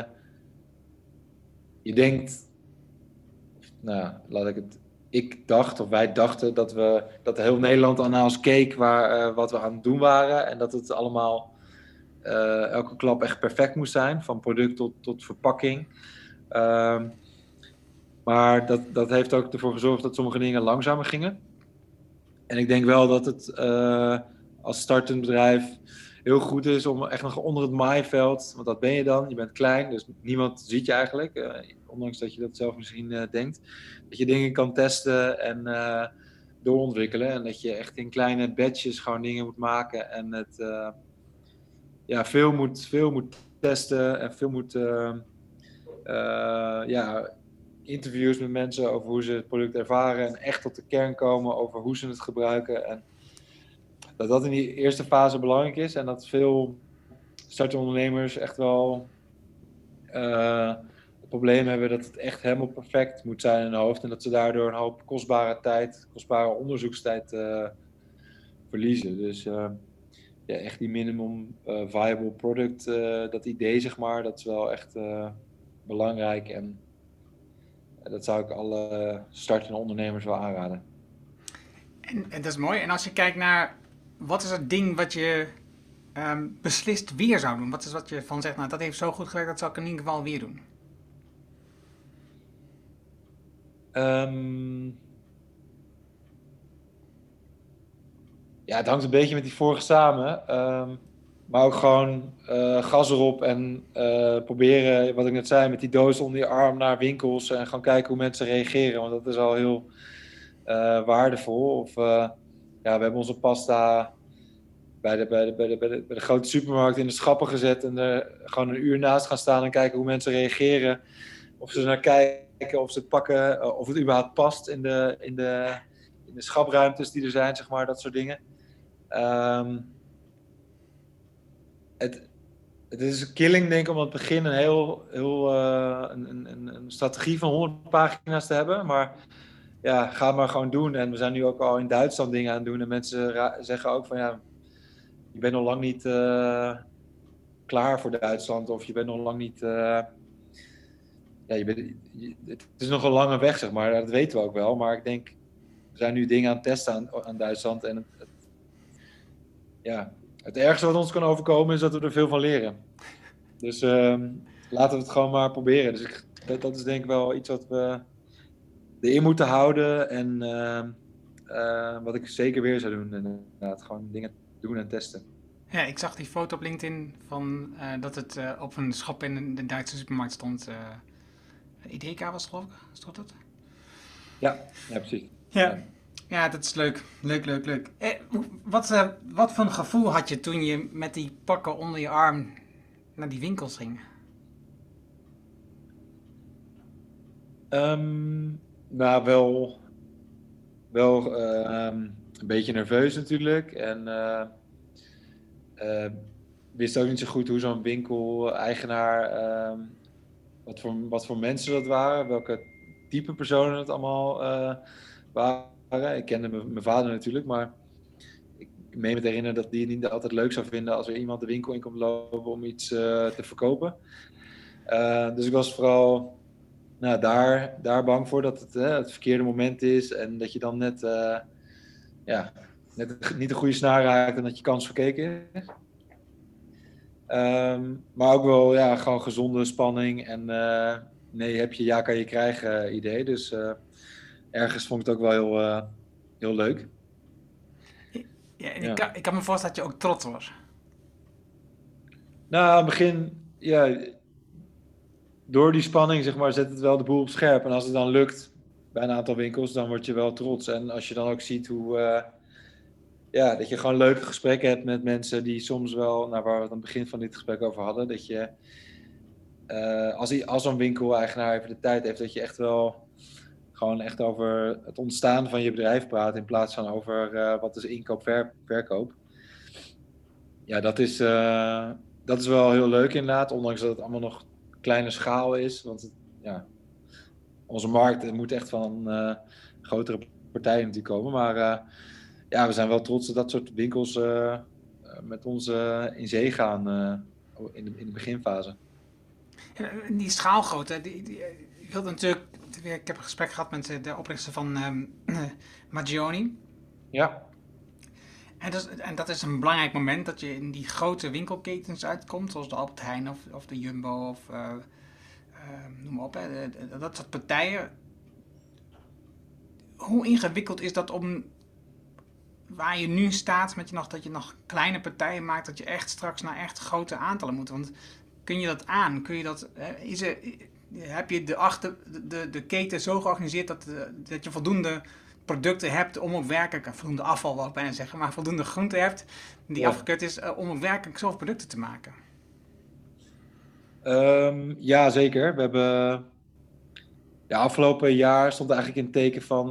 denkt, nou, wij dachten dat heel Nederland aan ons keek wat we aan het doen waren. En dat het allemaal elke klap echt perfect moest zijn, van product tot verpakking. Maar dat heeft ook ervoor gezorgd dat sommige dingen langzamer gingen. En ik denk wel dat het als startend bedrijf heel goed is om echt nog onder het maaiveld, want dat ben je dan, je bent klein, dus niemand ziet je eigenlijk, ondanks dat je dat zelf misschien denkt, dat je dingen kan testen en doorontwikkelen en dat je echt in kleine batches gewoon dingen moet maken en het veel moet testen en veel moet interviews met mensen over hoe ze het product ervaren en echt tot de kern komen over hoe ze het gebruiken en dat in die eerste fase belangrijk is en dat veel startende ondernemers echt wel het probleem hebben dat het echt helemaal perfect moet zijn in hun hoofd en dat ze daardoor een hoop kostbare onderzoekstijd verliezen. Dus echt die minimum viable product, dat idee zeg maar, dat is wel echt belangrijk en dat zou ik alle startende ondernemers wel aanraden. En dat is mooi. En als je kijkt naar, wat is het ding wat je beslist weer zou doen? Wat is wat je van zegt, nou dat heeft zo goed gewerkt, dat zou ik in ieder geval weer doen? Het hangt een beetje met die vorige samen. Maar ook gewoon gas erop en proberen, wat ik net zei, met die doos onder je arm naar winkels en gewoon kijken hoe mensen reageren. Want dat is al heel waardevol. Of we hebben onze pasta bij de grote supermarkt in de schappen gezet en er gewoon een uur naast gaan staan en kijken hoe mensen reageren. Of ze er naar kijken, of ze het pakken, of het überhaupt past in de schapruimtes die er zijn, zeg maar, dat soort dingen. Het is een killing, denk ik, om aan het begin een strategie van 100 pagina's te hebben. Maar ja, ga het maar gewoon doen. En we zijn nu ook al in Duitsland dingen aan het doen. En mensen zeggen ook van ja, je bent nog lang niet klaar voor Duitsland. Of je bent nog lang niet... het is nog een lange weg, zeg maar. Dat weten we ook wel. Maar ik denk, we zijn nu dingen aan het testen aan Duitsland. En het ergste wat ons kan overkomen is dat we er veel van leren. Dus laten we het gewoon maar proberen. Dus dat is denk ik wel iets wat we erin moeten houden. En wat ik zeker weer zou doen. Inderdaad, gewoon dingen doen en testen. Ja, ik zag die foto op LinkedIn van dat het op een schap in de Duitse supermarkt stond. IDK was het, geloof ik. Stond dat? Ja, precies. Ja, dat is leuk. Leuk. Wat voor een gevoel had je toen je met die pakken onder je arm naar die winkels ging? Wel een beetje nerveus natuurlijk. En wist ook niet zo goed hoe zo'n winkel-eigenaar, wat voor mensen dat waren. Welke type personen het allemaal waren. Ik kende mijn vader natuurlijk, maar ik meen me te herinneren dat die het niet altijd leuk zou vinden als er iemand de winkel in komt lopen om iets te verkopen. Dus ik was vooral daar bang voor dat het het verkeerde moment is en dat je dan net net niet de goede snaar raakt en dat je kans verkeken is. Maar ook wel gewoon gezonde spanning en nee heb je, ja kan je krijgen idee. Dus ergens vond ik het ook wel heel leuk. Ja, en ik kan me voorstellen dat je ook trots was. Nou, aan het begin, door die spanning zeg maar zet het wel de boel op scherp. En als het dan lukt bij een aantal winkels, dan word je wel trots. En als je dan ook ziet hoe... dat je gewoon leuke gesprekken hebt met mensen die soms wel, waar we het aan het begin van dit gesprek over hadden, dat je als zo'n winkeleigenaar even de tijd heeft, dat je echt wel gewoon echt over het ontstaan van je bedrijf praat in plaats van over wat is inkoop, verkoop. Ja, dat is wel heel leuk inderdaad, ondanks dat het allemaal nog kleine schaal is, want onze markt moet echt van grotere partijen natuurlijk komen, maar we zijn wel trots dat soort winkels met ons in zee gaan in de beginfase. Die schaalgrootte, ik wilde natuurlijk... Ik heb een gesprek gehad met de oprichter van Maggioni. Ja. En dat is een belangrijk moment dat je in die grote winkelketens uitkomt, zoals de Albert Heijn of de Jumbo of noem maar op. Dat soort partijen. Hoe ingewikkeld is dat om... waar je nu staat, dat je nog kleine partijen maakt, dat je echt straks naar echt grote aantallen moet. Want kun je dat aan? Kun je dat, heb je de keten zo georganiseerd dat je voldoende producten hebt om ook werkelijk, voldoende afval wil ik bijna zeggen, maar voldoende groente hebt die afgekeurd is om ook werkelijk zoveel producten te maken? Ja, zeker. We hebben afgelopen jaar stond eigenlijk in het teken van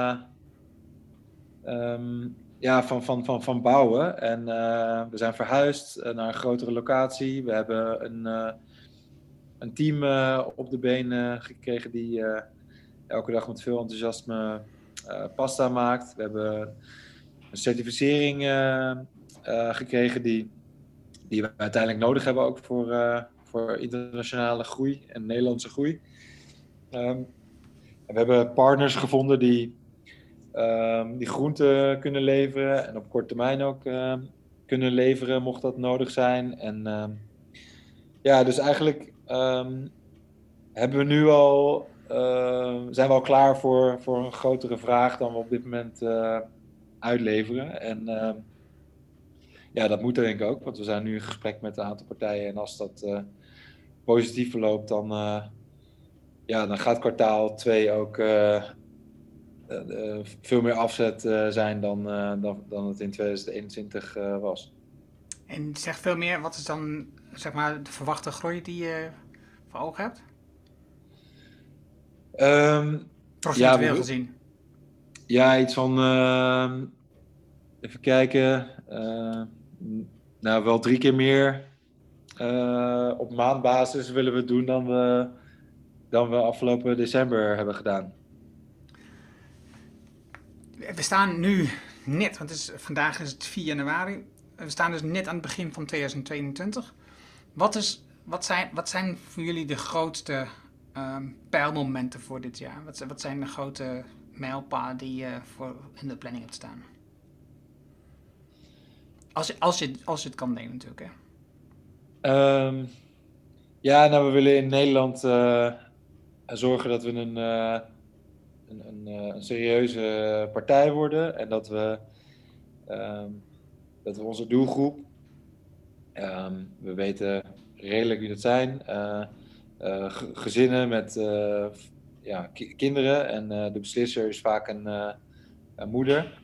van bouwen. En we zijn verhuisd naar een grotere locatie. We hebben een team op de been gekregen die elke dag met veel enthousiasme pasta maakt. We hebben een certificering gekregen die we uiteindelijk nodig hebben ook voor internationale groei en Nederlandse groei. En we hebben partners gevonden die groenten kunnen leveren en op korte termijn ook kunnen leveren mocht dat nodig zijn. En dus eigenlijk hebben we nu al zijn we al klaar voor een grotere vraag dan we op dit moment uitleveren. En dat moet denk ik ook, want we zijn nu in gesprek met een aantal partijen en als dat positief verloopt, dan gaat kwartaal 2 ook veel meer afzet zijn dan het in 2021 was. En zeg veel meer, wat is dan zeg maar de verwachte groei die je voor ogen hebt? Procentueel gezien. Ja, iets van even kijken, wel 3 keer meer op maandbasis willen we doen dan we afgelopen december hebben gedaan. We staan nu net, want vandaag is het 4 januari. We staan dus net aan het begin van 2022. Wat zijn voor jullie de grootste pijlmomenten voor dit jaar? Wat zijn de grote mijlpalen die je in de planning hebt staan? Als je het kan nemen natuurlijk, hè? We willen in Nederland zorgen dat we een serieuze partij worden en dat we onze doelgroep, we weten redelijk wie dat zijn, gezinnen met kinderen en de beslisser is vaak een moeder.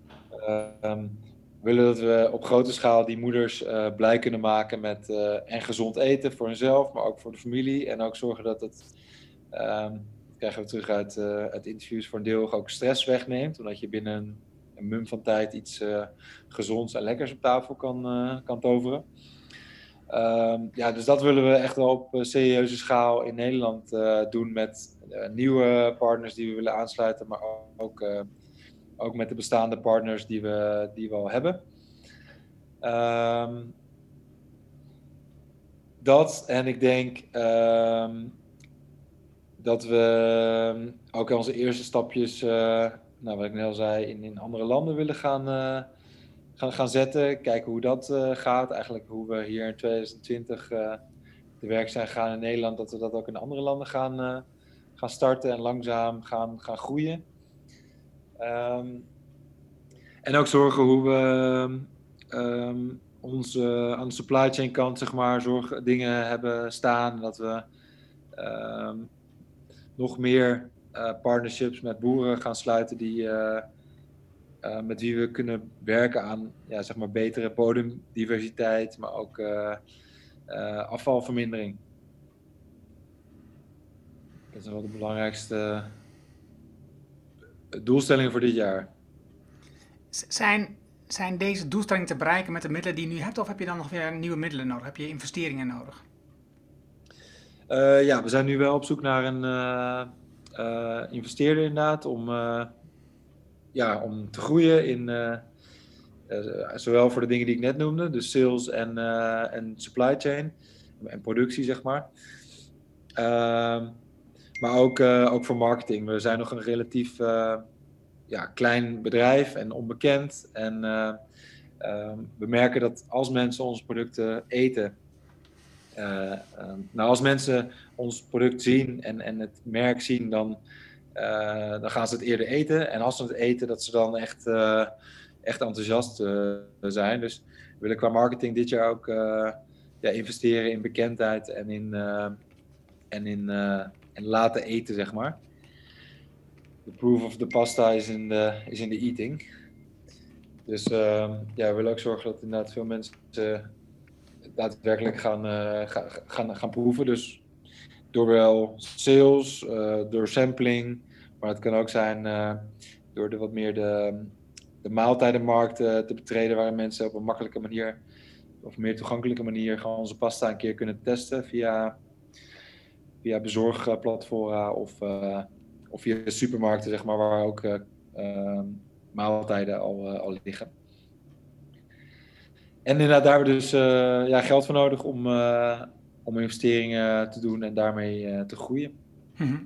We willen dat we op grote schaal die moeders blij kunnen maken met en gezond eten voor hunzelf, maar ook voor de familie en ook zorgen dat het... krijgen we terug uit interviews voor een deel ook stress wegneemt. Omdat je binnen een mum van tijd iets gezonds en lekkers op tafel kan toveren. Dus dat willen we echt wel op serieuze schaal in Nederland doen met nieuwe partners die we willen aansluiten. Maar ook met de bestaande partners die we al hebben. Dat en ik denk... dat we ook onze eerste stapjes nou, wat ik net al zei, in andere landen willen gaan zetten. Kijken hoe dat gaat. Eigenlijk hoe we hier in 2020 te werk zijn gegaan in Nederland. Dat we dat ook in andere landen gaan starten en langzaam gaan groeien. En ook zorgen hoe we aan de supply chain kant, zeg maar, dingen hebben staan. Dat we nog meer partnerships met boeren gaan sluiten met wie we kunnen werken aan zeg maar betere bodemdiversiteit, maar ook afvalvermindering. Dat zijn wel de belangrijkste doelstellingen voor dit jaar. Zijn deze doelstellingen te bereiken met de middelen die je nu hebt, of heb je dan nog weer nieuwe middelen nodig? Heb je investeringen nodig? We zijn nu wel op zoek naar een investeerder inderdaad, om te groeien in zowel voor de dingen die ik net noemde, dus sales en supply chain en productie, zeg maar. Maar ook voor marketing. We zijn nog een relatief klein bedrijf en onbekend. En we merken dat als mensen onze producten eten, als mensen ons product zien en het merk zien, dan gaan ze het eerder eten. En als ze het eten, dat ze dan echt enthousiast zijn. Dus we willen qua marketing dit jaar ook investeren in bekendheid en in laten eten, zeg maar. The proof of the pasta is in the eating. Dus we willen ook zorgen dat inderdaad veel mensen daadwerkelijk gaan proeven. Dus door wel sales, door sampling, maar het kan ook zijn door wat meer de maaltijdenmarkt te betreden, waarin mensen op een makkelijke manier of meer toegankelijke manier gewoon onze pasta een keer kunnen testen via bezorgplatformen of via supermarkten, zeg maar, waar ook maaltijden al liggen. En inderdaad, daar hebben we dus geld voor nodig om investeringen te doen en daarmee te groeien. Mm-hmm.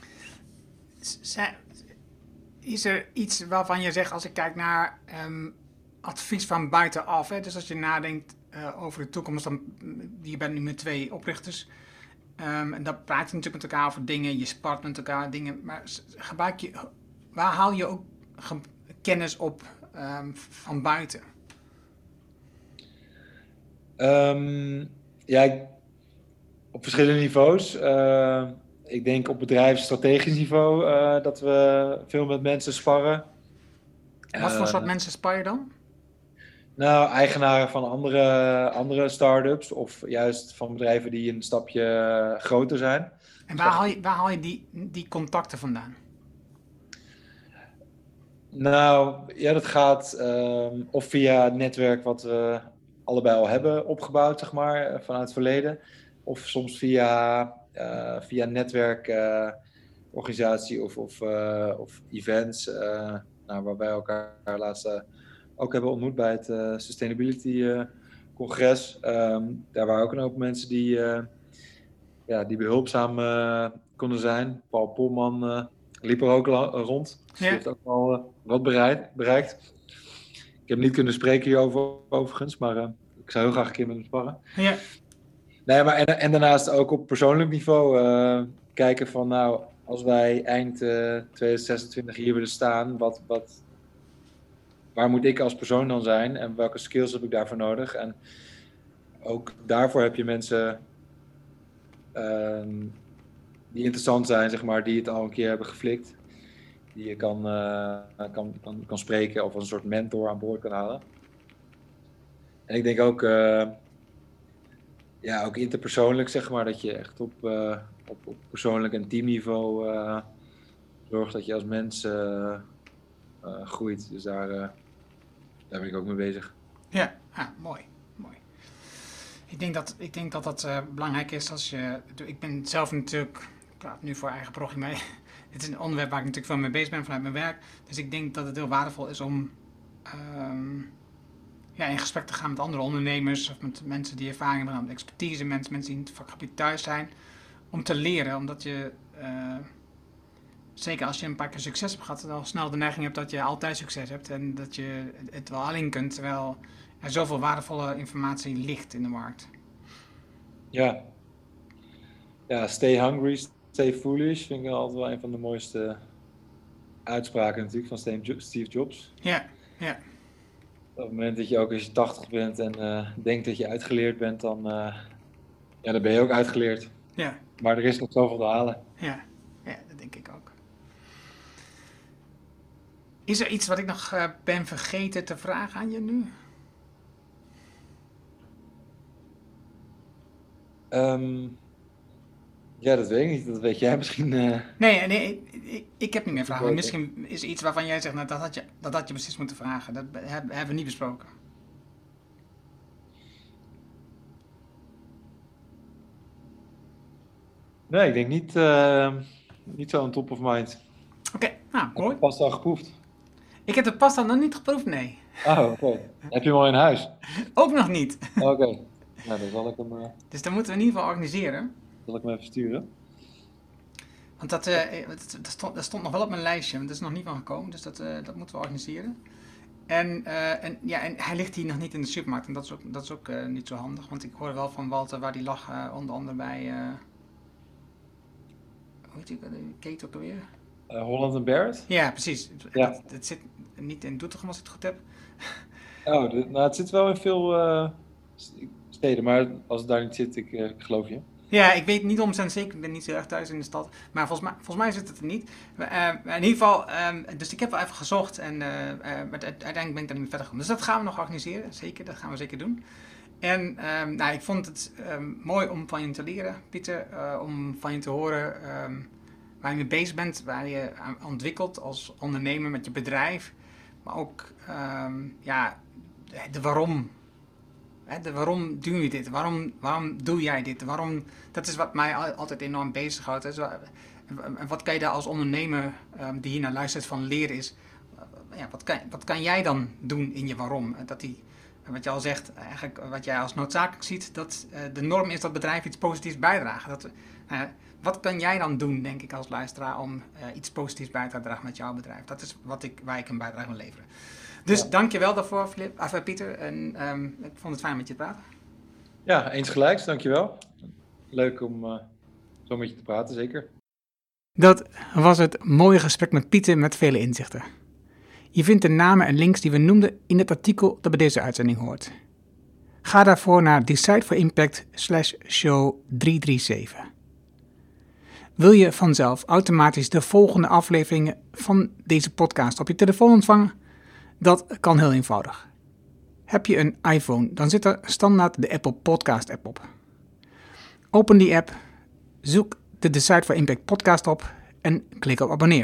Is er iets waarvan je zegt, als ik kijk naar advies van buitenaf, hè? Dus als je nadenkt over de toekomst, je bent nu met 2 oprichters, en dan praat je natuurlijk met elkaar over dingen, je spart met elkaar dingen, maar waar haal je ook kennis op van buiten? Op verschillende niveaus. Ik denk op bedrijfsstrategisch niveau dat we veel met mensen sparren. Wat voor soort mensen spar je dan? Nou, eigenaren van andere start-ups of juist van bedrijven die een stapje groter zijn. En waar haal je die contacten vandaan? Nou, ja, dat gaat of via het netwerk wat we allebei al hebben opgebouwd, zeg maar, vanuit het verleden. Of soms via netwerkorganisatie of events, waar wij elkaar laatst ook hebben ontmoet bij het Sustainability Congres. Daar waren ook een hoop mensen die behulpzaam konden zijn. Paul Polman liep er ook rond. Dus die heeft ook al wat bereikt. Ik heb niet kunnen spreken hierover overigens, maar ik zou heel graag een keer met hem sparren. Ja. Nee, maar en daarnaast ook op persoonlijk niveau kijken van, nou, als wij eind 2026 hier willen staan, waar moet ik als persoon dan zijn en welke skills heb ik daarvoor nodig? En ook daarvoor heb je mensen die interessant zijn, zeg maar, die het al een keer hebben geflikt, die je kan spreken of als een soort mentor aan boord kan halen. En ik denk ook interpersoonlijk, zeg maar, dat je echt op persoonlijk en teamniveau zorgt dat je als mens groeit. Dus daar ben ik ook mee bezig. Ja, mooi. Ik denk dat belangrijk is als je... Ik ben zelf natuurlijk... Ik praat nu voor eigen programma. Dit is een onderwerp waar ik natuurlijk veel mee bezig ben vanuit mijn werk. Dus ik denk dat het heel waardevol is om in gesprek te gaan met andere ondernemers of met mensen die ervaring hebben, met expertise, mensen die in het vakgebied thuis zijn, om te leren, omdat je Zeker als je een paar keer succes hebt gehad, dan snel de neiging hebt dat je altijd succes hebt. En dat je het wel alleen kunt, terwijl er zoveel waardevolle informatie ligt in de markt. Ja, stay hungry, stay foolish vind ik altijd wel een van de mooiste uitspraken natuurlijk van Steve Jobs. Ja. Op het moment dat je ook als je 80 bent en denkt dat je uitgeleerd bent, dan ben je ook uitgeleerd. Ja. Maar er is nog zoveel te halen. Ja, dat denk ik ook. Is er iets wat ik nog ben vergeten te vragen aan je nu? Ja, dat weet ik niet. Dat weet jij misschien. Nee, ik heb niet meer vragen. Misschien is er iets waarvan jij zegt, nou, dat had je precies moeten vragen. Dat hebben we niet besproken. Nee, ik denk niet zo on top of mind. Oké, nou, mooi. Heb je pasta al geproefd? Ik heb de pasta nog niet geproefd, nee. Oh, oké. Heb je hem al in huis? Ook nog niet. Oké. Nou, dan zal ik hem... Dus dat moeten we in ieder geval organiseren. Zal ik hem even sturen? Want dat stond nog wel op mijn lijstje, maar dat is nog niet van gekomen. Dus dat moeten we organiseren. En hij ligt hier nog niet in de supermarkt. En dat is ook niet zo handig. Want ik hoorde wel van Walter waar die lag, onder andere bij... hoe heet die keten ook alweer? Holland & Barrett? Ja, precies. Ja. Het zit niet in Doetinchem als ik het goed heb. Het zit wel in veel steden, maar als het daar niet zit, ik geloof je. Ja, ik weet niet omtrent zeker, ik ben niet zo erg thuis in de stad, maar volgens mij zit het er niet. In ieder geval, dus ik heb wel even gezocht en uiteindelijk ben ik daar niet meer verder gekomen. Dus dat gaan we nog organiseren, zeker, dat gaan we zeker doen. En ik vond het mooi om van je te leren, Pieter, om van je te horen waar je mee bezig bent, waar je aan ontwikkelt als ondernemer met je bedrijf. Maar ook de waarom. Waarom doe je dit? Waarom doe jij dit? Dat is wat mij altijd enorm bezighoudt. En wat kan je daar als ondernemer die hier naar luistert van leren is... wat kan jij dan doen in je waarom? Wat je al zegt, eigenlijk wat jij als noodzakelijk ziet, dat de norm is dat bedrijven iets positiefs bijdragen. Wat kan jij dan doen, denk ik, als luisteraar om iets positiefs bij te dragen met jouw bedrijf? Dat is waar ik een bijdrage kan leveren. Dus dankjewel daarvoor, Pieter. En ik vond het fijn met je te praten. Ja, eens gelijks, dankjewel. Leuk om zo met je te praten, zeker. Dat was het mooie gesprek met Pieter met vele inzichten. Je vindt de namen en links die we noemden in het artikel dat bij deze uitzending hoort. Ga daarvoor naar Decide4Impact/show 337. Wil je vanzelf automatisch de volgende afleveringen van deze podcast op je telefoon ontvangen? Dat kan heel eenvoudig. Heb je een iPhone, dan zit er standaard de Apple Podcast app op. Open die app, zoek de Decide4Impact podcast op en klik op abonneer.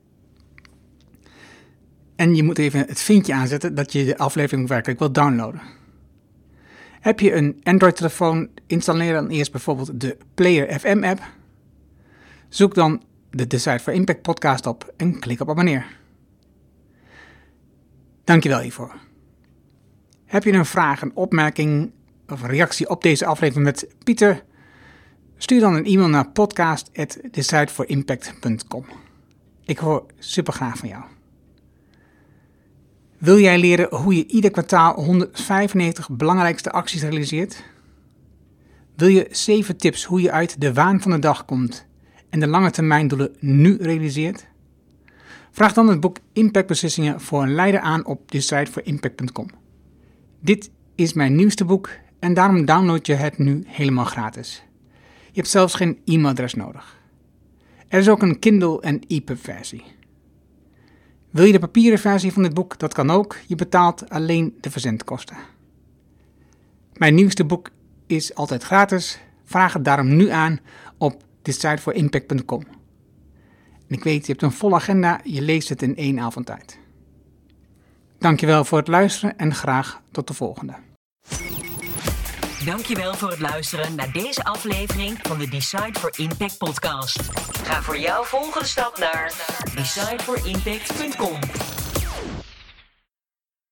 En je moet even het vinkje aanzetten dat je de aflevering werkelijk wilt downloaden. Heb je een Android-telefoon, installeer dan eerst bijvoorbeeld de Player FM app. Zoek dan de Decide4Impact podcast op en klik op abonneer. Dankjewel hiervoor. Heb je een vraag, een opmerking of een reactie op deze aflevering met Pieter? Stuur dan een e-mail naar podcast@decide4impact.com. Ik hoor super graag van jou. Wil jij leren hoe je ieder kwartaal 195 belangrijkste acties realiseert? Wil je 7 tips hoe je uit de waan van de dag komt en de lange termijn doelen nu realiseert? Vraag dan het boek Impactbeslissingen voor een leider aan op decide4impact.com. Dit is mijn nieuwste boek en daarom download je het nu helemaal gratis. Je hebt zelfs geen e-mailadres nodig. Er is ook een Kindle en EPUB versie. Wil je de papieren versie van dit boek? Dat kan ook. Je betaalt alleen de verzendkosten. Mijn nieuwste boek is altijd gratis. Vraag het daarom nu aan op decide4impact.com. En ik weet, je hebt een volle agenda. Je leest het in 1 avond tijd. Dankjewel voor het luisteren en graag tot de volgende. Dankjewel voor het luisteren naar deze aflevering van de Decide4Impact podcast. Ga voor jouw volgende stap naar decide4impact.com.